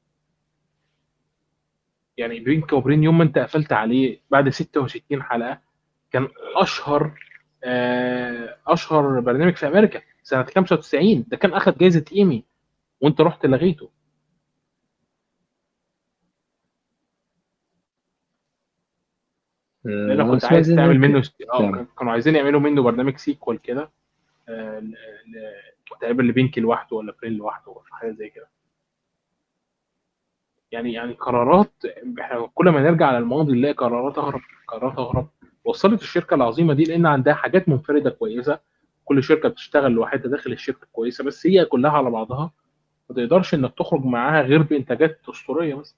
يعني بينك وبرين يوم ما انت قفلت عليه بعد 66 حلقة كان اشهر اشهر برنامج في امريكا سنة 95، ده كان اخد جائزة ايمي وانت رحت لغيته. لأن أنا كنت سمعت عايز تعمل إنك. منه نعم. كانوا عايزين يعملوا منه برنامج سيكوال كده. تقريبا لبنك لوحده ولا فرين لوحده ولا حاجة زي كده. يعني قرارات. احنا كل ما نرجع للماضي نلاقي قرارات اغرب، قرارات اغرب. وصلت الشركه العظيمه دي لان عندها حاجات منفرده كويسه. كل شركه بتشتغل لوحدها داخل الشركه كويسه، بس هي كلها على بعضها ما تقدرش انك تخرج معاها غير بانتاجات اسطوريه بس.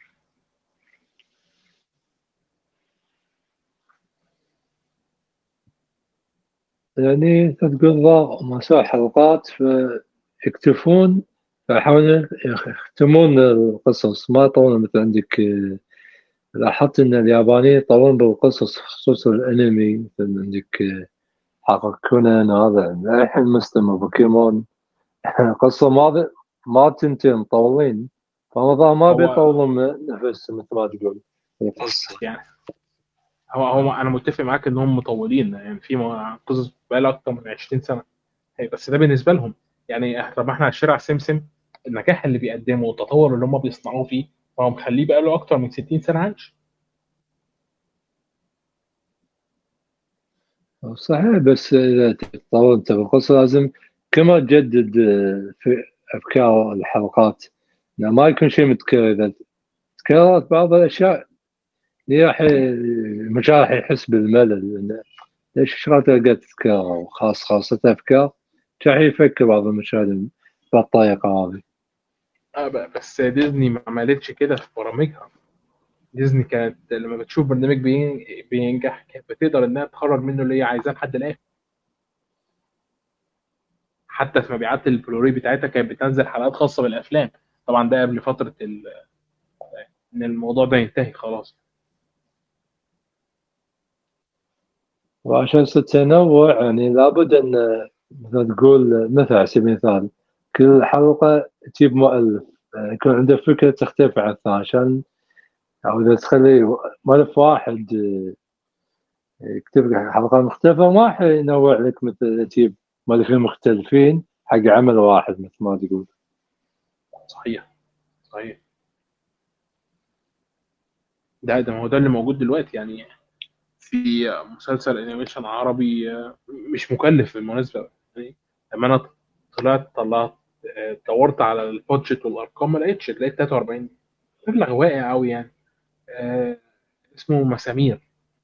يعني تقول ضاع مسوي حلقات فيكتفون، فيحاولون يختمون القصص، ما يطولون. مثل عندك لاحظت ان اليابانيين يطولون بالقصص، خصوصا الانمي. مثل عندك حلقة كونان هذا للحين مستمر، بوكيمون. قصة ما تنتهي، مطولين. فما ما هو بيطولون نفسهم مثل ما تقول القصة. يعني هو انا متفق معاك ان هم مطولين، يعني في قصص بقى لها اكتر من 20 سنه. بس ده بالنسبه لهم. يعني طب ما احنا شارع سمسم، النجاح اللي بيقدمه والتطور اللي هم بيصنعوه فيه، فهو مخليه بقى له اكتر من 60 سنه عايش. صحيح، بس إذا تطور أنت بالقصة لازم كما تجدد في أفكار الحلقات. يعني ما يكون شيء متكرر. إذا تكررت بعض الأشياء اللي راح المشاهد راح يحس بالملل، لأن ليش شغلات تلقى تتكرر، خاصة أفكار راح يفكر بعض المشاهد بالطريقة هذه. بس ديزني ما عملتش كده في برامجها. ديزني كانت لما بتشوف برنامج بينجح كانت بتقدر انها تخرج منه اللي هي عايزاه لحد الاخر. حتى في مبيعات البلوري بتاعتها كانت بتنزل حلقات خاصه بالافلام. طبعا ده قبل فتره ان الموضوع ده ينتهي خلاص. وعشان التنوع يعني لابد أن مثلا تقول، مثل على سبيل المثال كل حلقة تجيب مؤلف يكون عنده فكرة تختلف عن الثاني، عشان أو إذا تخلي مؤلف واحد يكتب لك حلقات مختلفة ما حينوع لك، مثل تجيب مؤلفين مختلفين حق عمل واحد مثل ما تقول. صحيح، صحيح. ده ما هو ده اللي موجود دلوقتي يعني. في مسلسل انيميشن عربي مش مكلف بالمناسبه يعني. لما انا طلعت دورت على البادجت والارقام ما لقيتش، لقيت 43 مبلغ واقع قوي يعني. آه، اسمه مسامير.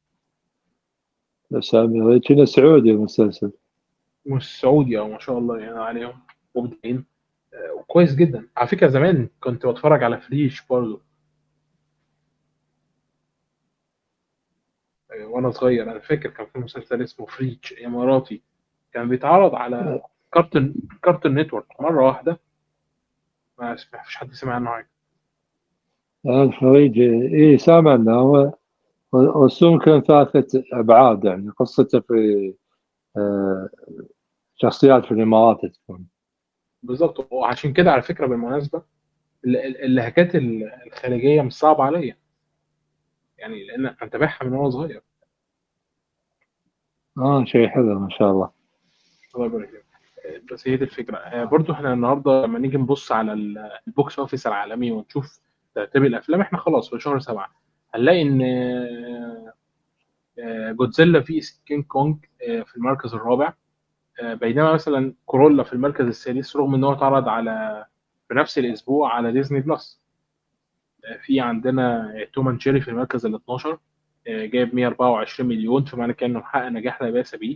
بس كنا سعودي المسلسل. مش سعودي او ما شاء الله يعني عليهم مبدعين. وكويس جدا على فكره. زمان كنت بتفرج على فريش برضه وانا صغير. انا فاكر كان في مسلسل اسمه فريتش اماراتي، كان بيتعرض على كارتون كارتون نتورك مره واحده. ما فيش حد سمع عنه حاجه. الخليج إيه سامع أنه هو رسوم كان ثلاثة أبعاد، يعني قصته في آه، شخصيات في الإمارات تكون. بالظبط. وعشان كده على فكره بالمناسبه اللهجات الخارجيه مش صعبه عليا، يعني لان انا متابعها من وانا صغير. شيء حلو ما شاء الله. الله يبارك فيك. بس هي دي الفكره. برضو احنا النهارده لما نيجي نبص على البوكس اوفيس العالمي ونشوف ترتيب الافلام، احنا خلاص في شهر 7 هنلاقي ان جودزيلا في كينج كونج في المركز الرابع. بينما مثلا كورولا في المركز السادس، رغم ان هو اتعرض على في نفس الاسبوع على ديزني بلس. في عندنا توم اند جيري في المركز ال 12، جايب 124 مليون، فمعنى كده انه محقق نجاح لا باس به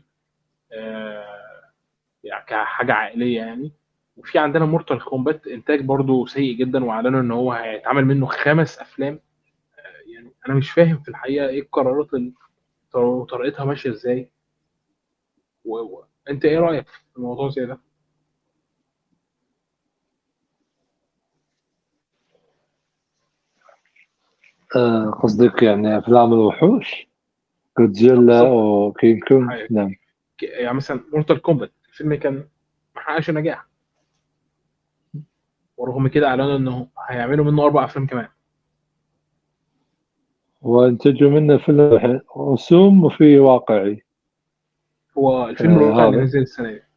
يعني كحاجه عائليه يعني. وفي عندنا مورتال كومبات انتاج برضو سيء جدا، واعلنوا ان هو هيتعمل منه 5 افلام. يعني انا مش فاهم في الحقيقه ايه القرارات وطريقتها ماشيه ازاي. انت ايه رايك في الموضوع زي ده؟ قصدك يعني أفلام الوحوش، جودزيلا بالظبط. وكينج كونغ؟ نعم. يعني مثلا مورتال كومبات الفيلم كان ما حققش نجاح، ورغم كده اعلنوا انه هيعملوا منه 4 افلام كمان. وانتجوا منه فيلم الحين رسوم وفي واقعي. هو الفيلم الواقع اللي هذا. نزل السنه دي.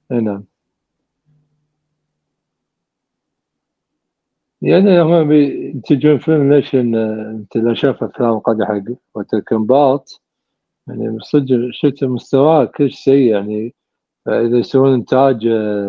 نعم. يعني هم ينتجون فيلم ليش انت لا شاف افلام قد حق وتكمبارت يعني صدق شفت مستواه كلش سيء يعني. فاذا يسوون انتاج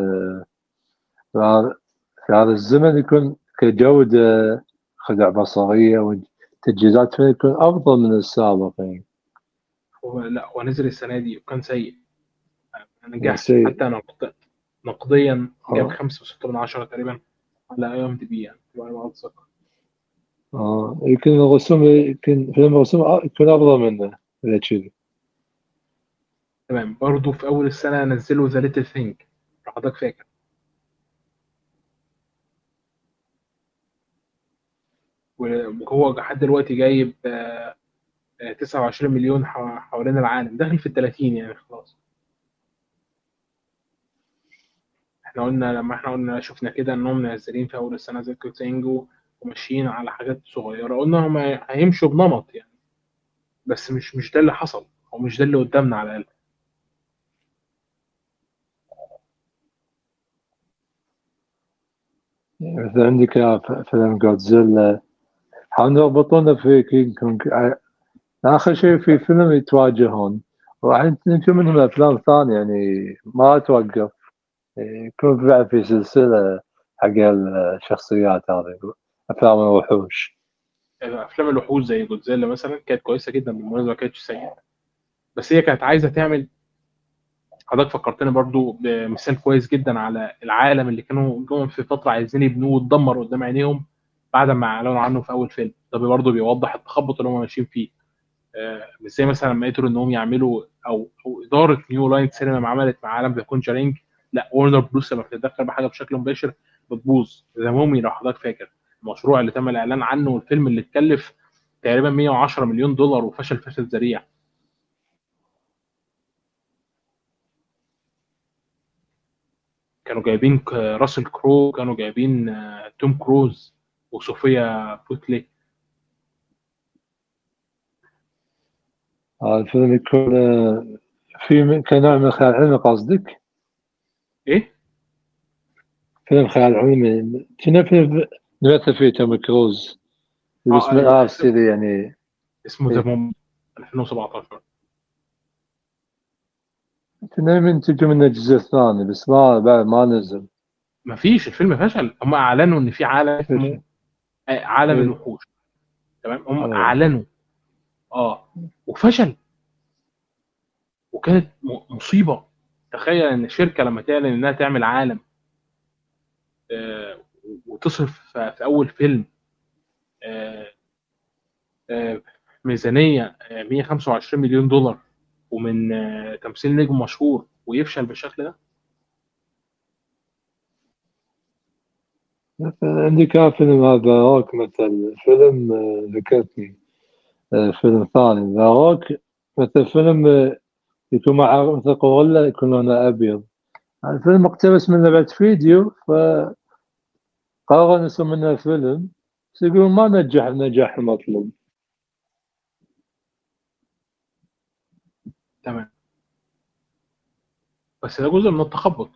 في هذا الزمن يكون كجوده خدع بصريه وتجهيزات فيه يكون افضل من السابق يعني. هو لا، هو نزل السنة دي وكان سيء، ما نجحش سيء. حتى نقديا جاب اه 5.6 تقريبا على اي ام دي بي، يعني على ما اتذكر. يمكن الرسوم يمكن فيلم الرسوم يكون افضل منه اذا كذي. تمام. برضه في اول السنة نزلوا ذا ليتل ثينج، لو حضرتك فاكر. وهو لحد دلوقتي جايب 29 مليون حوالين العالم، داخل في ال 30 يعني خلاص. احنا قلنا شفنا كده انهم منزلين في اول السنه زي كوتينجو وماشيين على حاجات صغيره، قلنا هم هيمشوا بنمط يعني. بس مش ده اللي حصل، او مش ده اللي قدامنا على الاقل. مثلا عندك فيلم جودزيلا حاولوا يربطونه في كينج كونج. آخر شيء في فيلم يتواجهون وراح ينتج منهم أفلام ثانية يعني ما توقف. يكون بعد في سلسلة حق الشخصيات هذه أفلام الوحوش. افلام الوحوش زي جودزيلا مثلا كانت كويسه جدا بالمناسبه، ما كانتش سيئه. بس هي كانت عايزه تعمل. حضرتك فكرتني برضو بمثال كويس جدا على العالم اللي كانوا جم في فتره عايزين يبنوه واتدمر قدام عينيهم بعد ما اعلنوا عنه في اول فيلم. ده برضو بيوضح التخبط اللي هم ماشيين فيه. مش زي مثلا لما قدروا انهم يعملوا او اداره نيو لاين سينما ما عملت مع عالم ذا كونجرينج. لا، ورنر بروس لما بتتدخل بحاجه بشكل مباشر بتبوظ. زي مومي، لو حضرتك فاكر المشروع اللي تم الاعلان عنه والفيلم اللي اتكلف تقريبا 110 مليون دولار وفشل فشل ذريع. كانوا جايبين راسل كرو، كانوا جايبين توم كروز وصوفيا بوتلي. الفيلم يكون في كنوع من الخيال العلمي قصدك؟ ايه. فيلم خيال علمي كنا فيلم نمثل فيه توم كروز اه بس ايوه، سيدي يعني. اسمه ذا إيه. مومي 2017. كنا منتج منه الجزء الثاني بس ما بعد ما نزل. ما فيش، الفيلم فشل. هم اعلنوا ان في عالم اسمه عالم إيه. الوحوش. تمام، هم أوه. اعلنوا. اه. وفشل. وكانت مصيبه. تخيل ان شركه لما تعلن انها تعمل عالم آه، وتصرف في اول فيلم آه، آه، ميزانيه 125 مليون دولار ومن تمثيل نجم مشهور ويفشل بالشكل ده. عندي كان فيلم هذا روك مثل فيلم ذكرتني فيلم ثاني ذا روك مثل فيلم يكون مع مثل غوريلا يكون لونه أبيض. الفيلم مقتبس من لعبة فيديو فقرروا يسوون منه فيلم بس يقولون ما نجح النجاح المطلوب. تمام. بس ده جزء من التخبط.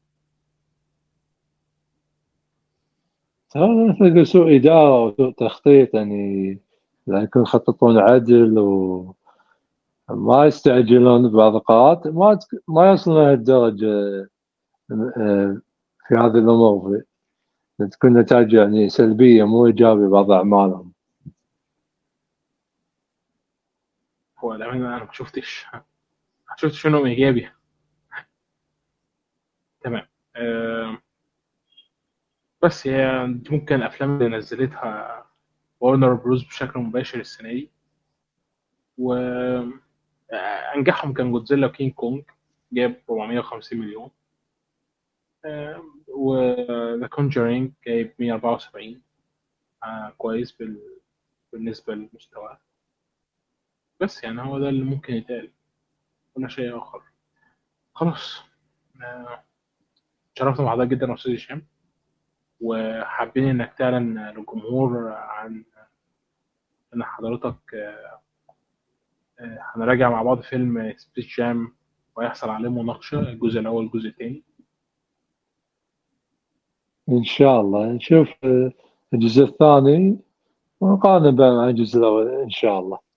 هذا مثل سوء إدارة وسوء تخطيط يعني. لا يكون يخططون عدل وما يستعجلون ببعض القرارات ما يصلون لهالدرجة في هذه الأمور تكون نتائج يعني سلبية مو إيجابية بعض أعمالهم. هو الامانه انا ما شفتش منهم ايجابي. تمام. بس هي دي ممكن الافلام اللي نزلتها وارنر بروز بشكل مباشر السنه دي. وانجحهم كان جودزيلا وكينج كونج، جاب 450 مليون. وذا كونجرينج جايب 174. كويس بالنسبه للمستوى. بس يعني هو ده اللي ممكن يتقال، ولا شيء اخر. خلاص. آه، شرفت مع حضرتك جدا يا استاذ هشام، وحابين انك تعلن للجمهور عن ان حضرتك هنراجع مع بعض فيلم سبيس جام، ويحصل عليه مناقشة الجزء الأول والجزء الثاني. إن شاء الله نشوف الجزء الثاني ونقارن بين مع الجزء الأول إن شاء الله.